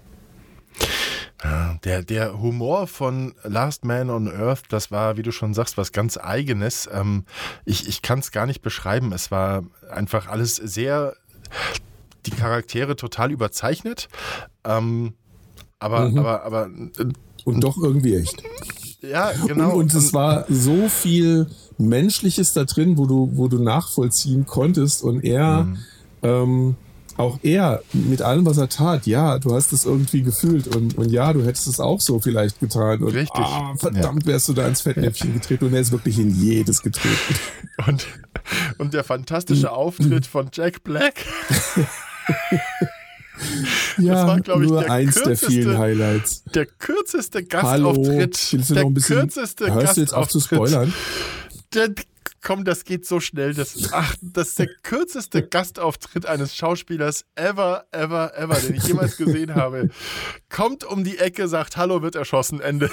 Ja, Der, der Humor von Last Man on Earth, das war, wie du schon sagst, was ganz Eigenes. Ähm, ich ich kann es gar nicht beschreiben. Es war einfach alles sehr, die Charaktere total überzeichnet. Ähm, aber, Mhm. aber, aber, äh, Und doch irgendwie echt. ja, genau. Und, und es war so viel Menschliches da drin, wo du, wo du nachvollziehen konntest und er, Mhm. ähm, auch er mit allem, was er tat, ja, du hast es irgendwie gefühlt und, und ja, du hättest es auch so vielleicht getan und Richtig. ah, verdammt wärst du da ins Fettnäpfchen getreten und er ist wirklich in jedes getreten. Und, und der fantastische Auftritt von Jack Black. Ja, war, glaub ich, nur der eins der kürzeste- vielen Highlights. Der kürzeste Hallo, Gastauftritt. willst du der noch ein bisschen, kürzeste hörst du jetzt auf zu Gastauftritt. spoilern? Der, komm, das geht so schnell. Das, ach, das ist der kürzeste Gastauftritt eines Schauspielers ever, ever, ever, den ich jemals gesehen habe. Kommt um die Ecke, sagt Hallo, wird erschossen, Ende.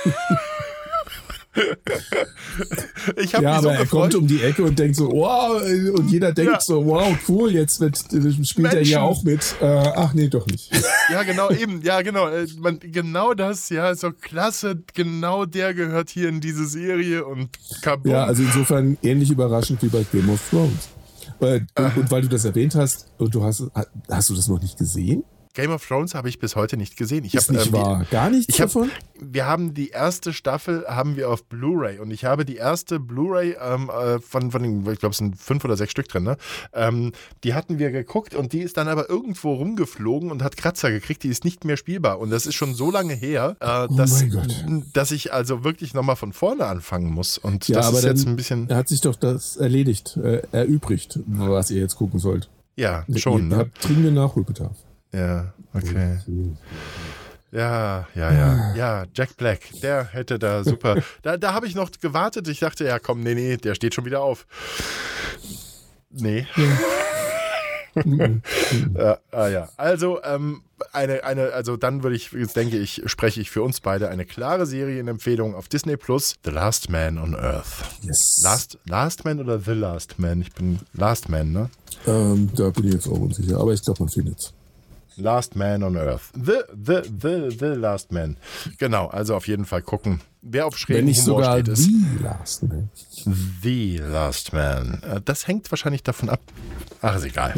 Ich habe Ja, mich so aber er gefreut. kommt um die Ecke und denkt so, wow, und jeder denkt Ja. so, wow, cool, jetzt wird, spielt er Menschen. hier auch mit. Äh, ach nee, doch nicht. Ja, genau, eben. Ja, genau. Äh, Man, genau das, ja, so klasse. Genau der gehört hier in diese Serie und kabum. Ja, also insofern ähnlich überraschend wie bei Game of Thrones. Äh, und, und weil du das erwähnt hast, und du hast, hast du das noch nicht gesehen? Game of Thrones habe ich bis heute nicht gesehen. Ich Ist hab, nicht ähm, wahr. Gar nichts ich hab, davon? Wir haben die erste Staffel haben wir auf Blu-ray und ich habe die erste Blu-ray ähm, äh, von, von den, ich glaube es sind fünf oder sechs Stück drin, ne? Ähm, die hatten wir geguckt und die ist dann aber irgendwo rumgeflogen und hat Kratzer gekriegt, die ist nicht mehr spielbar und das ist schon so lange her, äh, Oh dass, mein Gott. dass ich also wirklich nochmal von vorne anfangen muss und Ja, das aber ist jetzt dann ein bisschen, hat sich doch das erledigt, äh, erübrigt, was ihr jetzt gucken sollt. ja, schon, ihr, ne? Ihr habt dringenden Nachholbedarf. Ja, okay. Ja, ja, ja. Ja, Jack Black, der hätte da super. Da, da habe ich noch gewartet. Ich dachte, ja, komm, nee, nee, der steht schon wieder auf. Nee. ja, ah, ja. Also, ähm, eine, eine, also dann würde ich, jetzt denke ich, spreche ich für uns beide eine klare Serienempfehlung auf Disney Plus, The Last Man on Earth. Yes. Last, Last Man oder The Last Man? Ich bin Last Man, ne? Ähm, da bin ich jetzt auch unsicher, aber ich glaube, man findet es. Last Man on Earth. The, the, the, the Last Man. Genau, also auf jeden Fall gucken. Wer auf schrägen Wenn nicht Humor sogar steht, ist The Last Man. The Last Man. Äh, Das hängt wahrscheinlich davon ab. Ach, ist egal.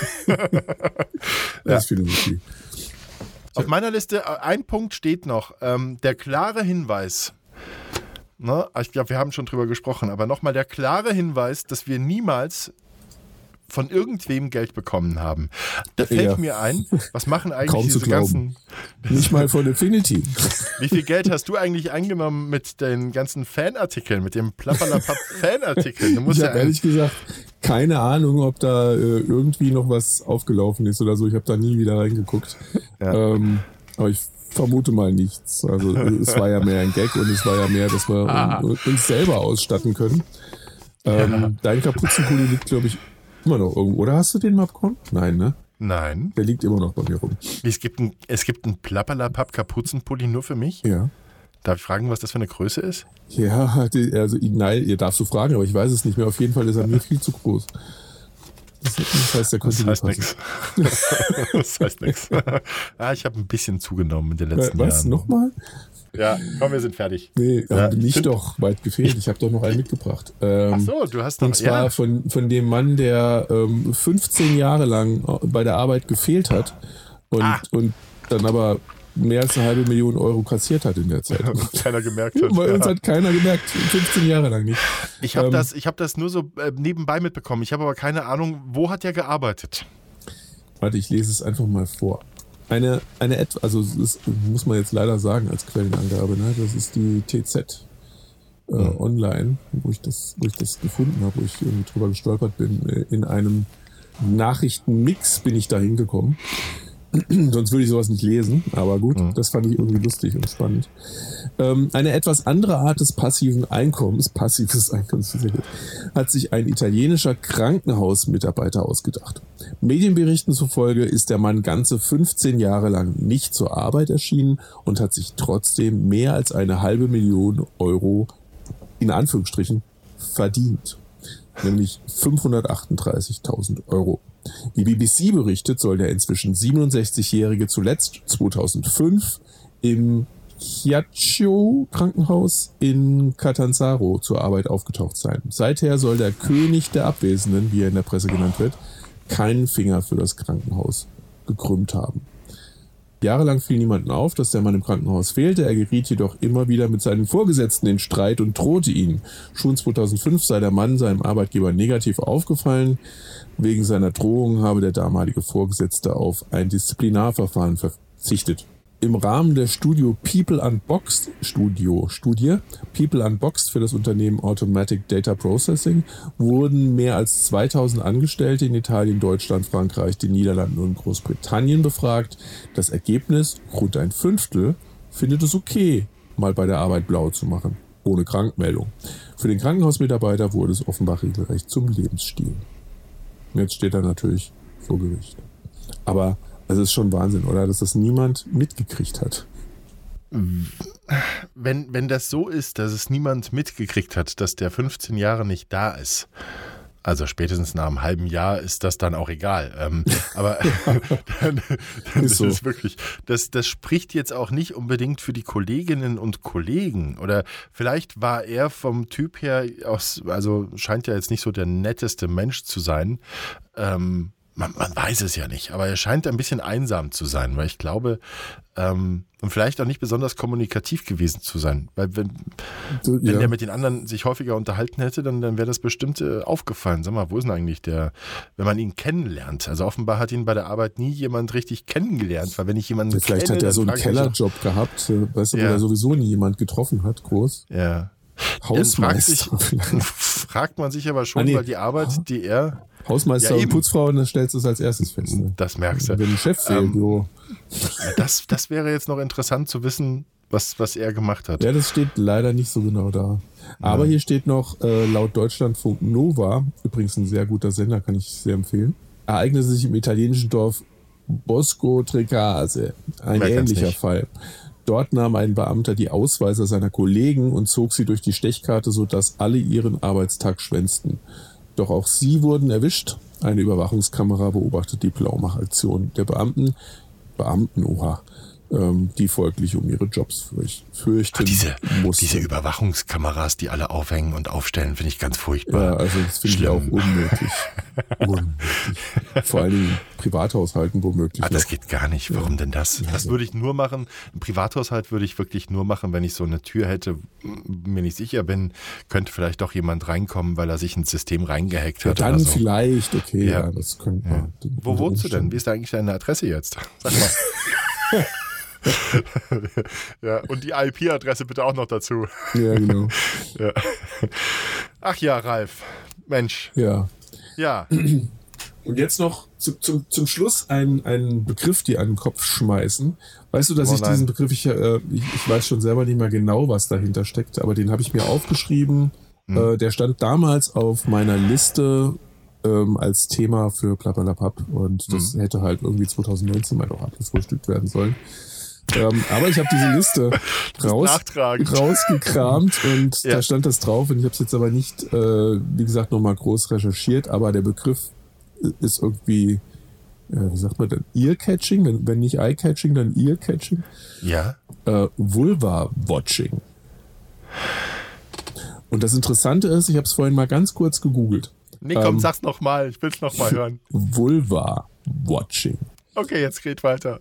Das ist Philosophie. Auf meiner Liste, äh, ein Punkt steht noch. Ähm, der klare Hinweis. Ne? Ich glaube, wir haben schon drüber gesprochen, aber nochmal der klare Hinweis, dass wir niemals von irgendwem Geld bekommen haben. Da fällt Ja. mir ein, was machen eigentlich Kaum zu diese glauben. ganzen... Nicht mal von Infinity. Wie viel Geld hast du eigentlich eingenommen mit den ganzen Fanartikeln, mit dem Plapperlapapp-Fanartikeln? Du musst Ich ja habe ehrlich gesagt keine Ahnung, ob da äh, irgendwie noch was aufgelaufen ist oder so. Ich habe da nie wieder reingeguckt. Ja. Ähm, aber ich vermute mal nichts. Also es war ja mehr ein Gag und es war ja mehr, dass wir Ah. uns selber ausstatten können. Ähm, Ja. Dein Kapuzenpulli liegt, glaube ich, immer noch irgendwo. Oder hast du den mal bekommen? Nein, ne? Nein. Der liegt immer noch bei mir rum. Es gibt ein, es gibt einen Plapperlapapp-Kapuzenpulli nur für mich. Ja. Darf ich fragen, was das für eine Größe ist? Ja, die, also nein, ihr darfst du fragen, aber ich weiß es nicht mehr. Auf jeden Fall ist er mir viel zu groß. Das, das heißt, der konnte Das heißt nicht passen. nichts. Das heißt nichts. Ah, ich habe ein bisschen zugenommen in den letzten Was? Jahren. Nochmal? Ja, komm, wir sind fertig. Nee, Ja, ja, nicht stimmt. doch, weit gefehlt. Ich habe doch noch einen mitgebracht. Ähm, Ach so, du hast noch... Und zwar ja. von, von dem Mann, der ähm, fünfzehn Jahre lang bei der Arbeit gefehlt hat und, Ah. und dann aber mehr als eine halbe Million Euro kassiert hat in der Zeit. Keiner gemerkt hat. Weil uns Ja. hat keiner gemerkt, fünfzehn Jahre lang nicht. Ich habe ähm, das, ich hab das nur so äh, nebenbei mitbekommen. Ich habe aber keine Ahnung, wo hat er gearbeitet? Warte, ich lese es einfach mal vor. Eine, eine etwa, also es ist, muss man jetzt leider sagen als Quellenangabe, ne? Das ist die T Z äh, Mhm. online, wo ich das, wo ich das gefunden habe, wo ich irgendwie drüber gestolpert bin. In einem Nachrichtenmix bin ich da hingekommen. Sonst würde ich sowas nicht lesen, aber gut, Mhm. das fand ich irgendwie lustig und spannend. Ähm, eine etwas andere Art des passiven Einkommens, passives Einkommens, hat sich ein italienischer Krankenhausmitarbeiter ausgedacht. Medienberichten zufolge ist der Mann ganze fünfzehn Jahre lang nicht zur Arbeit erschienen und hat sich trotzdem mehr als eine halbe Million Euro in Anführungsstrichen verdient. Nämlich fünfhundertachtunddreißigtausend Euro. Wie B B C berichtet, soll der inzwischen siebenundsechzigjährige zuletzt zweitausendfünf im Chiaccio Krankenhaus in Catanzaro zur Arbeit aufgetaucht sein. Seither soll der König der Abwesenden, wie er in der Presse genannt wird, keinen Finger für das Krankenhaus gekrümmt haben. Jahrelang fiel niemandem auf, dass der Mann im Krankenhaus fehlte. Er geriet jedoch immer wieder mit seinen Vorgesetzten in Streit und drohte ihnen. Schon zweitausendfünf sei der Mann seinem Arbeitgeber negativ aufgefallen. Wegen seiner Drohung habe der damalige Vorgesetzte auf ein Disziplinarverfahren verzichtet. Im Rahmen der Studio People Unboxed Studio Studie People Unboxed für das Unternehmen Automatic Data Processing wurden mehr als zweitausend Angestellte in Italien, Deutschland, Frankreich, den Niederlanden und Großbritannien befragt. Das Ergebnis, rund ein Fünftel, findet es okay, mal bei der Arbeit blau zu machen, ohne Krankmeldung. Für den Krankenhausmitarbeiter wurde es offenbar regelrecht zum Lebensstil. Jetzt steht er natürlich vor Gericht. Aber es ist schon Wahnsinn, oder? Dass das niemand mitgekriegt hat. Wenn, wenn das so ist, dass es niemand mitgekriegt hat, dass der fünfzehn Jahre nicht da ist, also spätestens nach einem halben Jahr ist das dann auch egal. Ähm, aber dann, dann ist Ist so. es wirklich, das, das spricht jetzt auch nicht unbedingt für die Kolleginnen und Kollegen. Oder vielleicht war er vom Typ her aus, also scheint ja jetzt nicht so der netteste Mensch zu sein. Ähm, Man, man weiß es ja nicht, aber er scheint ein bisschen einsam zu sein, weil ich glaube, ähm, und vielleicht auch nicht besonders kommunikativ gewesen zu sein. Weil wenn, So, wenn ja. der mit den anderen sich häufiger unterhalten hätte, dann, dann wäre das bestimmt äh, aufgefallen. Sag mal, wo ist denn eigentlich der, wenn man ihn kennenlernt? Also offenbar hat ihn bei der Arbeit nie jemand richtig kennengelernt, weil wenn ich jemanden Vielleicht kenne, hat er dann so einen frage ich mich Kellerjob gehabt, äh, weißt du, Ja. wo er sowieso nie jemand getroffen hat, groß. so, Ja. Hausmeister. Dann fragt, sich, fragt man sich aber schon, Ah, nee. weil die Arbeit, die er, Hausmeister Ja, und eben. Putzfrau, und dann stellst du es als erstes fest. Ne? das merkst Wenn du. ein Chef fehlt, Ähm, jo. Das, das wäre jetzt noch interessant zu wissen, was, was er gemacht hat. Ja, das steht leider nicht so genau da. Aber hier steht noch, äh, laut Deutschlandfunk Nova, übrigens ein sehr guter Sender, kann ich sehr empfehlen. ereignete sich im italienischen Dorf Bosco Trecase. Ein Wer kennt's ähnlicher nicht? Fall. Dort nahm ein Beamter die Ausweise seiner Kollegen und zog sie durch die Stechkarte, sodass alle ihren Arbeitstag schwänzten. Doch auch sie wurden erwischt. Eine Überwachungskamera beobachtet die Blaumachaktion der Beamten. Beamten, oha. Ähm, die folglich um ihre Jobs fürch- fürchten Ach, diese, mussten. diese Überwachungskameras, die alle aufhängen und aufstellen, finde ich ganz furchtbar. Ja, also das finde ich auch Schlimm. unmöglich. unmöglich. Vor allen Dingen Privathaushalten womöglich. Ah, das noch. geht gar nicht. Warum denn das? Das würde ich nur machen. Im Privathaushalt würde ich wirklich nur machen, wenn ich so eine Tür hätte, mir nicht sicher bin, könnte vielleicht doch jemand reinkommen, weil er sich ins System reingehackt Ja, hat. dann oder so. vielleicht, okay, ja, Ja. das könnte Ja. man. Wo wohnst du denn? Wie ist da eigentlich deine Adresse jetzt? Sag mal. Ja, und die I P-Adresse bitte auch noch dazu. Ja, genau. Ja. Ach ja, Ralf. Mensch. Ja. Ja. Und jetzt noch zu, zum, zum Schluss einen, einen Begriff dir an den Kopf schmeißen. Weißt du, dass Oh ich nein. diesen Begriff, ich, äh, ich, ich weiß schon selber nicht mehr genau, was dahinter steckt, aber den habe ich mir aufgeschrieben. Hm. Äh, der stand damals auf meiner Liste ähm, als Thema für Plappalapapp und das Hm. hätte halt irgendwie zwanzig neunzehn mal noch abgefrühstückt werden sollen. Ähm, aber ich habe diese Liste raus, nachtragend. rausgekramt und Ja. da stand das drauf und ich habe es jetzt aber nicht, äh, wie gesagt, nochmal groß recherchiert, aber der Begriff ist irgendwie, ja, wie sagt man denn, Ear-Catching, wenn, wenn nicht Eye-Catching, dann Ear-Catching. Ja. Äh, Vulva-Watching. Und das Interessante ist, ich habe es vorhin mal ganz kurz gegoogelt. Nee, komm, Ähm, sag's nochmal. Ich will's nochmal hören. Vulva-Watching. Okay, jetzt geht weiter.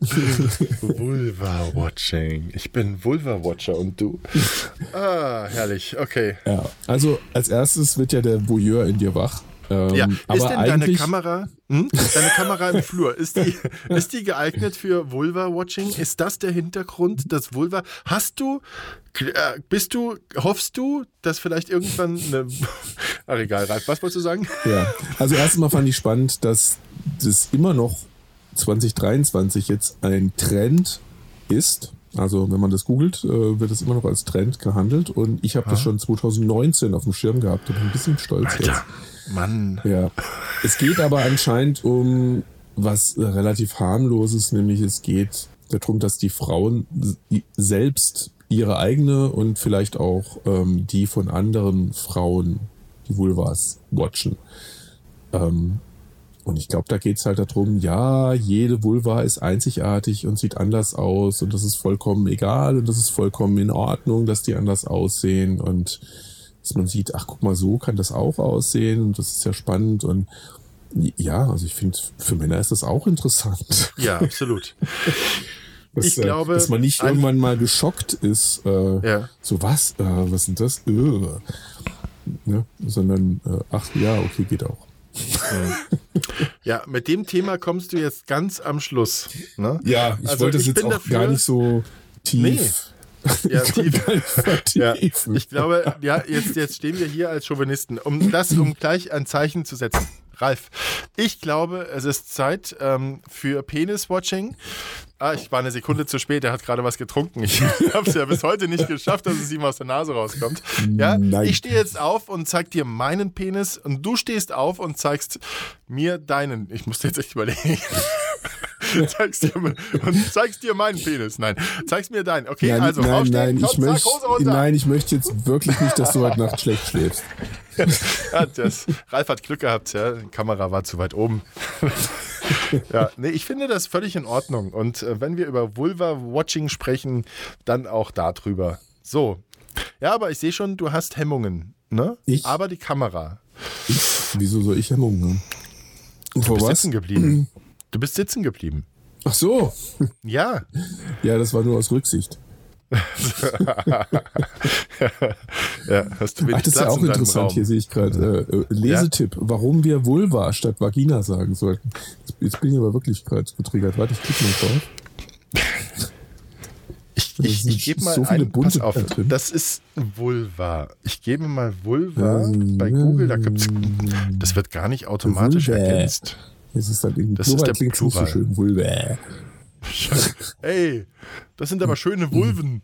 Vulva-Watching. Ich bin Vulva-Watcher und du? Ah, herrlich. Okay. Ja, also als erstes wird ja der Voyeur in dir wach. Ähm, Ja, ist aber denn deine eigentlich, Kamera, hm? deine Kamera im Flur, ist die, ist die geeignet für Vulva-Watching? Ist das der Hintergrund, das Vulva? Hast du, äh, bist du, hoffst du, dass vielleicht irgendwann eine, ach egal, Ralf, was wolltest du sagen? Ja, also erstmal fand ich spannend, dass das immer noch zwanzig dreiundzwanzig jetzt ein Trend ist. Also wenn man das googelt, äh, wird es immer noch als Trend gehandelt und ich habe das schon zwanzig neunzehn auf dem Schirm gehabt und bin ein bisschen stolz jetzt. Alter, Mann. Ja. Es geht aber anscheinend um was relativ harmloses, nämlich es geht darum, dass die Frauen selbst ihre eigene und vielleicht auch ähm, die von anderen Frauen, die Vulvas, watchen. Ähm, und ich glaube, da geht es halt darum, ja, jede Vulva ist einzigartig und sieht anders aus und das ist vollkommen egal und das ist vollkommen in Ordnung, dass die anders aussehen und dass man sieht, ach guck mal, so kann das auch aussehen und das ist ja spannend und ja, also ich finde, für Männer ist das auch interessant. Ja, absolut. Dass, Ich äh, glaube, dass man nicht ein- irgendwann mal geschockt ist, äh, Ja. so was, äh, was ist denn das? Äh. Ne? Sondern, äh, ach ja, okay, geht auch. Ja, mit dem Thema kommst du jetzt ganz am Schluss. Ne? Ja, ich Also wollte es ich jetzt bin auch dafür- gar nicht so tief. Ja, Ich wollte tief. gar nicht Ja, vertiefen. ich glaube, ja, jetzt, jetzt stehen wir hier als Chauvinisten, um das, um gleich ein Zeichen zu setzen. Ralf, ich glaube, es ist Zeit ähm, für Penis-Watching. Ah, ich war eine Sekunde zu spät, er hat gerade was getrunken. Ich habe es ja bis heute nicht geschafft, dass es ihm aus der Nase rauskommt. Ja, Nein. ich stehe jetzt auf und zeig dir meinen Penis und du stehst auf und zeigst mir deinen. Ich musste jetzt echt überlegen. zeigst dir, und zeigst dir meinen Penis. Nein, zeigst mir deinen. Okay, Nein, also nein, aufstehen, nein, komm, ich zack, möchte, Hose runter. nein, ich möchte jetzt wirklich nicht, dass du heute Nacht schlecht schläfst. Ja, das, Ralf hat Glück gehabt, ja. Die Kamera war zu weit oben. Ja, nee, ich finde das völlig in Ordnung. Und äh, wenn wir über Vulva-Watching sprechen, dann auch darüber. So. Ja, aber ich sehe schon, du hast Hemmungen, ne? Ich? Aber die Kamera. Wieso soll ich Hemmungen haben? Du Vor bist was? sitzen geblieben. Du bist sitzen geblieben. Ach so. Ja. Ja, das war nur aus Rücksicht. Ja, hast du wenig Ach, das ist ja Platz auch in deinem interessant. Raum. Hier sehe ich gerade äh, äh, Lesetipp, warum wir Vulva statt Vagina sagen sollten. Jetzt, jetzt bin ich aber wirklich gerade getriggert. Warte, ich klicke mal drauf. Ich, Das ich, sind ich gebe mal so viele ein, pass bunte auf, da drin. das ist Vulva. Ich gebe mal Vulva Ähm, bei Google, da gibt's, das wird gar nicht automatisch Vulva. ergänzt. Jetzt ist dann irgendwie Das ist Plural, der klingt's nicht so Plural. schön. Vulva. Ey, das sind aber schöne Vulven.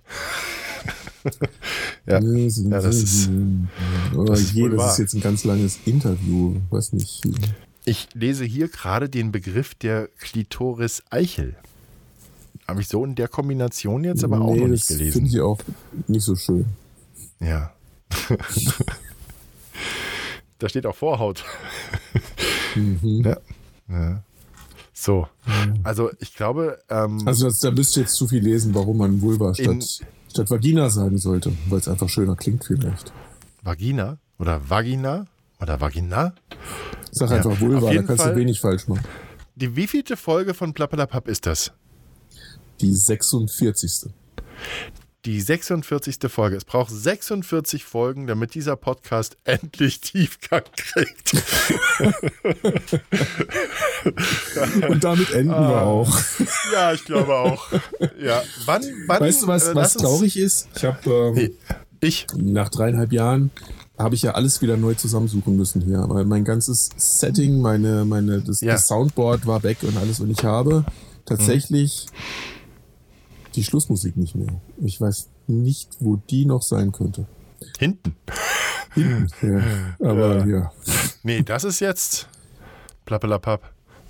Ja, das ja, das ist- Oh das ist je, wohl das wahr. ist jetzt ein ganz langes Interview. Weiß nicht. Ich lese hier gerade den Begriff der Klitoris-Eichel. Habe ich so in der Kombination jetzt aber auch nee, noch nicht das gelesen. finde ich auch nicht so schön. Ja. Da steht auch Vorhaut. Mhm. Ja. Ja. So, also ich glaube... Ähm, Also das, da müsst ihr jetzt zu viel lesen, warum man Vulva In- statt, statt Vagina sagen sollte, weil es einfach schöner klingt vielleicht. Vagina oder Vagina oder Vagina. Sag Ja, einfach Vulva, auf da jeden kannst Fall- du wenig falsch machen. Die wievielte Folge von Plappalapapp ist das? Die sechsundvierzigste. Die sechsundvierzigste Folge. Es braucht sechsundvierzig Folgen, damit dieser Podcast endlich Tiefgang kriegt. Und damit enden Ah. wir auch. Ja, ich glaube auch. Ja. Wann, wann, Weißt du, was, äh, was lass uns- traurig ist? Ich habe ähm, Nee, ich. nach dreieinhalb Jahren habe ich ja alles wieder neu zusammensuchen müssen hier. Weil mein ganzes Setting, meine, meine, das, Ja. das Soundboard war weg und alles. Und ich habe tatsächlich die Schlussmusik nicht mehr. Ich weiß nicht, wo die noch sein könnte. Hinten. Ja, aber Ja. ja. Nee, das ist jetzt Plappalapapp.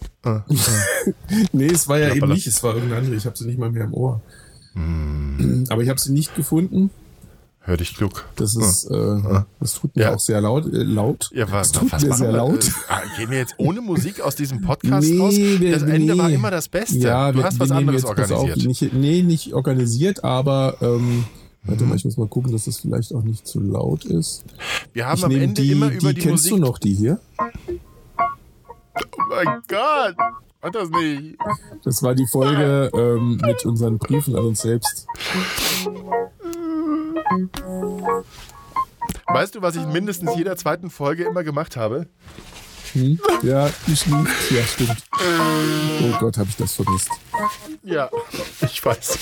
Nee, es war ja eben Plappala. nicht. Es war irgendeine andere. Ich habe sie nicht mal mehr im Ohr. Aber ich habe sie nicht gefunden. Hör dich klug. Das ist, äh, das tut mir Ja. auch sehr laut. Äh, laut. Ja, was, das tut was mir machen sehr wir? laut. Äh, ah, Gehen wir jetzt ohne Musik aus diesem Podcast Nee, raus? wir- Das Ende nee. war immer das Beste. Ja, du wir, hast was wir nehmen anderes jetzt, pass organisiert. Auf, nicht, nee, nicht organisiert, aber ähm, warte Mhm. mal, ich muss mal gucken, dass das vielleicht auch nicht zu laut ist. Wir haben Ich am nehme Ende die, immer über die die kennst Musik. du noch, die hier? Oh mein Gott! Und das nicht. Das war die Folge ähm, mit unseren Briefen an uns selbst. Weißt du, was ich mindestens jeder zweiten Folge immer gemacht habe? Hm? Ja, die schlief. Ja, stimmt. Oh Gott, habe ich das vermisst. Ja, ich weiß.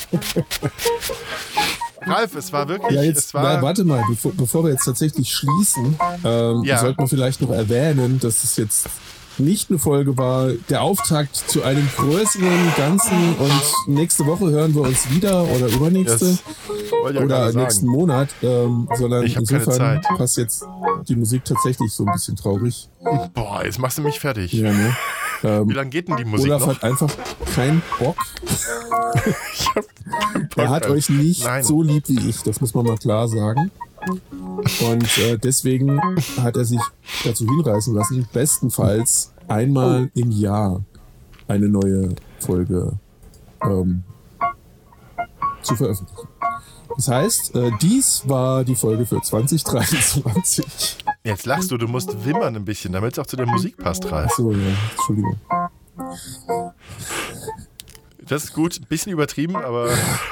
Ralf, es war wirklich, Ja, es jetzt, war, na, warte mal, bevor, bevor wir jetzt tatsächlich schließen, ähm, Ja. sollte man vielleicht noch erwähnen, dass es jetzt nicht eine Folge war, der Auftakt zu einem größeren Ganzen und nächste Woche hören wir uns wieder oder übernächste das wollte ich ja oder gerade nächsten sagen. Monat, ähm, sondern Ich hab keine insofern Zeit. passt jetzt die Musik tatsächlich so ein bisschen traurig. Boah, jetzt machst du mich fertig. Ja, ne? ähm, Wie lange geht denn die Musik Olaf noch? hat einfach keinen Bock. Ich hab keinen Bock Er hat mehr. euch nicht Nein. so lieb wie ich, das muss man mal klar sagen. Und äh, deswegen hat er sich dazu hinreißen lassen, bestenfalls einmal im Jahr eine neue Folge ähm, zu veröffentlichen. Das heißt, äh, dies war die Folge für zwanzig dreiundzwanzig. Jetzt lachst du, du musst wimmern ein bisschen, damit es auch zu der Musik passt, Ralf. Achso, ja, Entschuldigung. Das ist gut, ein bisschen übertrieben, aber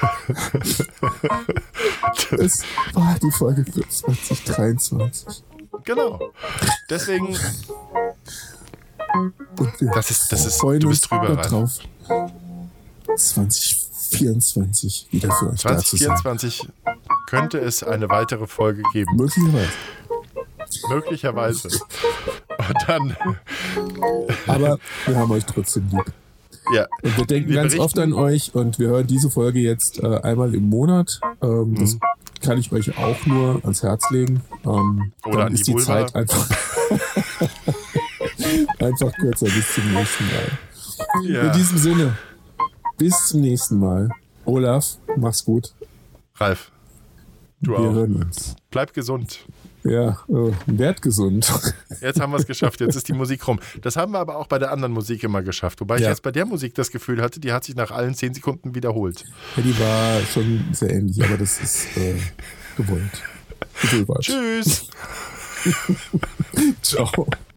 Es war die Folge für zwanzig dreiundzwanzig. genau. Deswegen, Und wir das ist, das ist, freuen du uns bist drüber, Ralf. darauf, zwanzig vierundzwanzig wieder für euch da zwanzig zu sein. vierundzwanzig könnte es eine weitere Folge geben. Möglicherweise. Möglicherweise. Und dann, Aber wir haben euch trotzdem lieb. ja, Und wir denken Wir ganz berichten- oft an euch und wir hören diese Folge jetzt äh, einmal im Monat. Ähm, Das Mhm. kann ich euch auch nur ans Herz legen. Ähm, Oder dann an ist die die Vulva. Zeit einfach, einfach kürzer bis zum nächsten Mal. ja. In diesem Sinne, bis zum nächsten Mal. Olaf, mach's gut. Ralf, du Wir auch. hören uns. Bleib gesund. Ja, äh, werd gesund. Jetzt haben wir es geschafft, jetzt ist die Musik rum. Das haben wir aber auch bei der anderen Musik immer geschafft. Wobei ich Ja. jetzt bei der Musik das Gefühl hatte, die hat sich nach allen zehn Sekunden wiederholt. Ja, die war schon sehr ähnlich, aber das ist äh, gewollt. Gewollt. Tschüss. Ciao.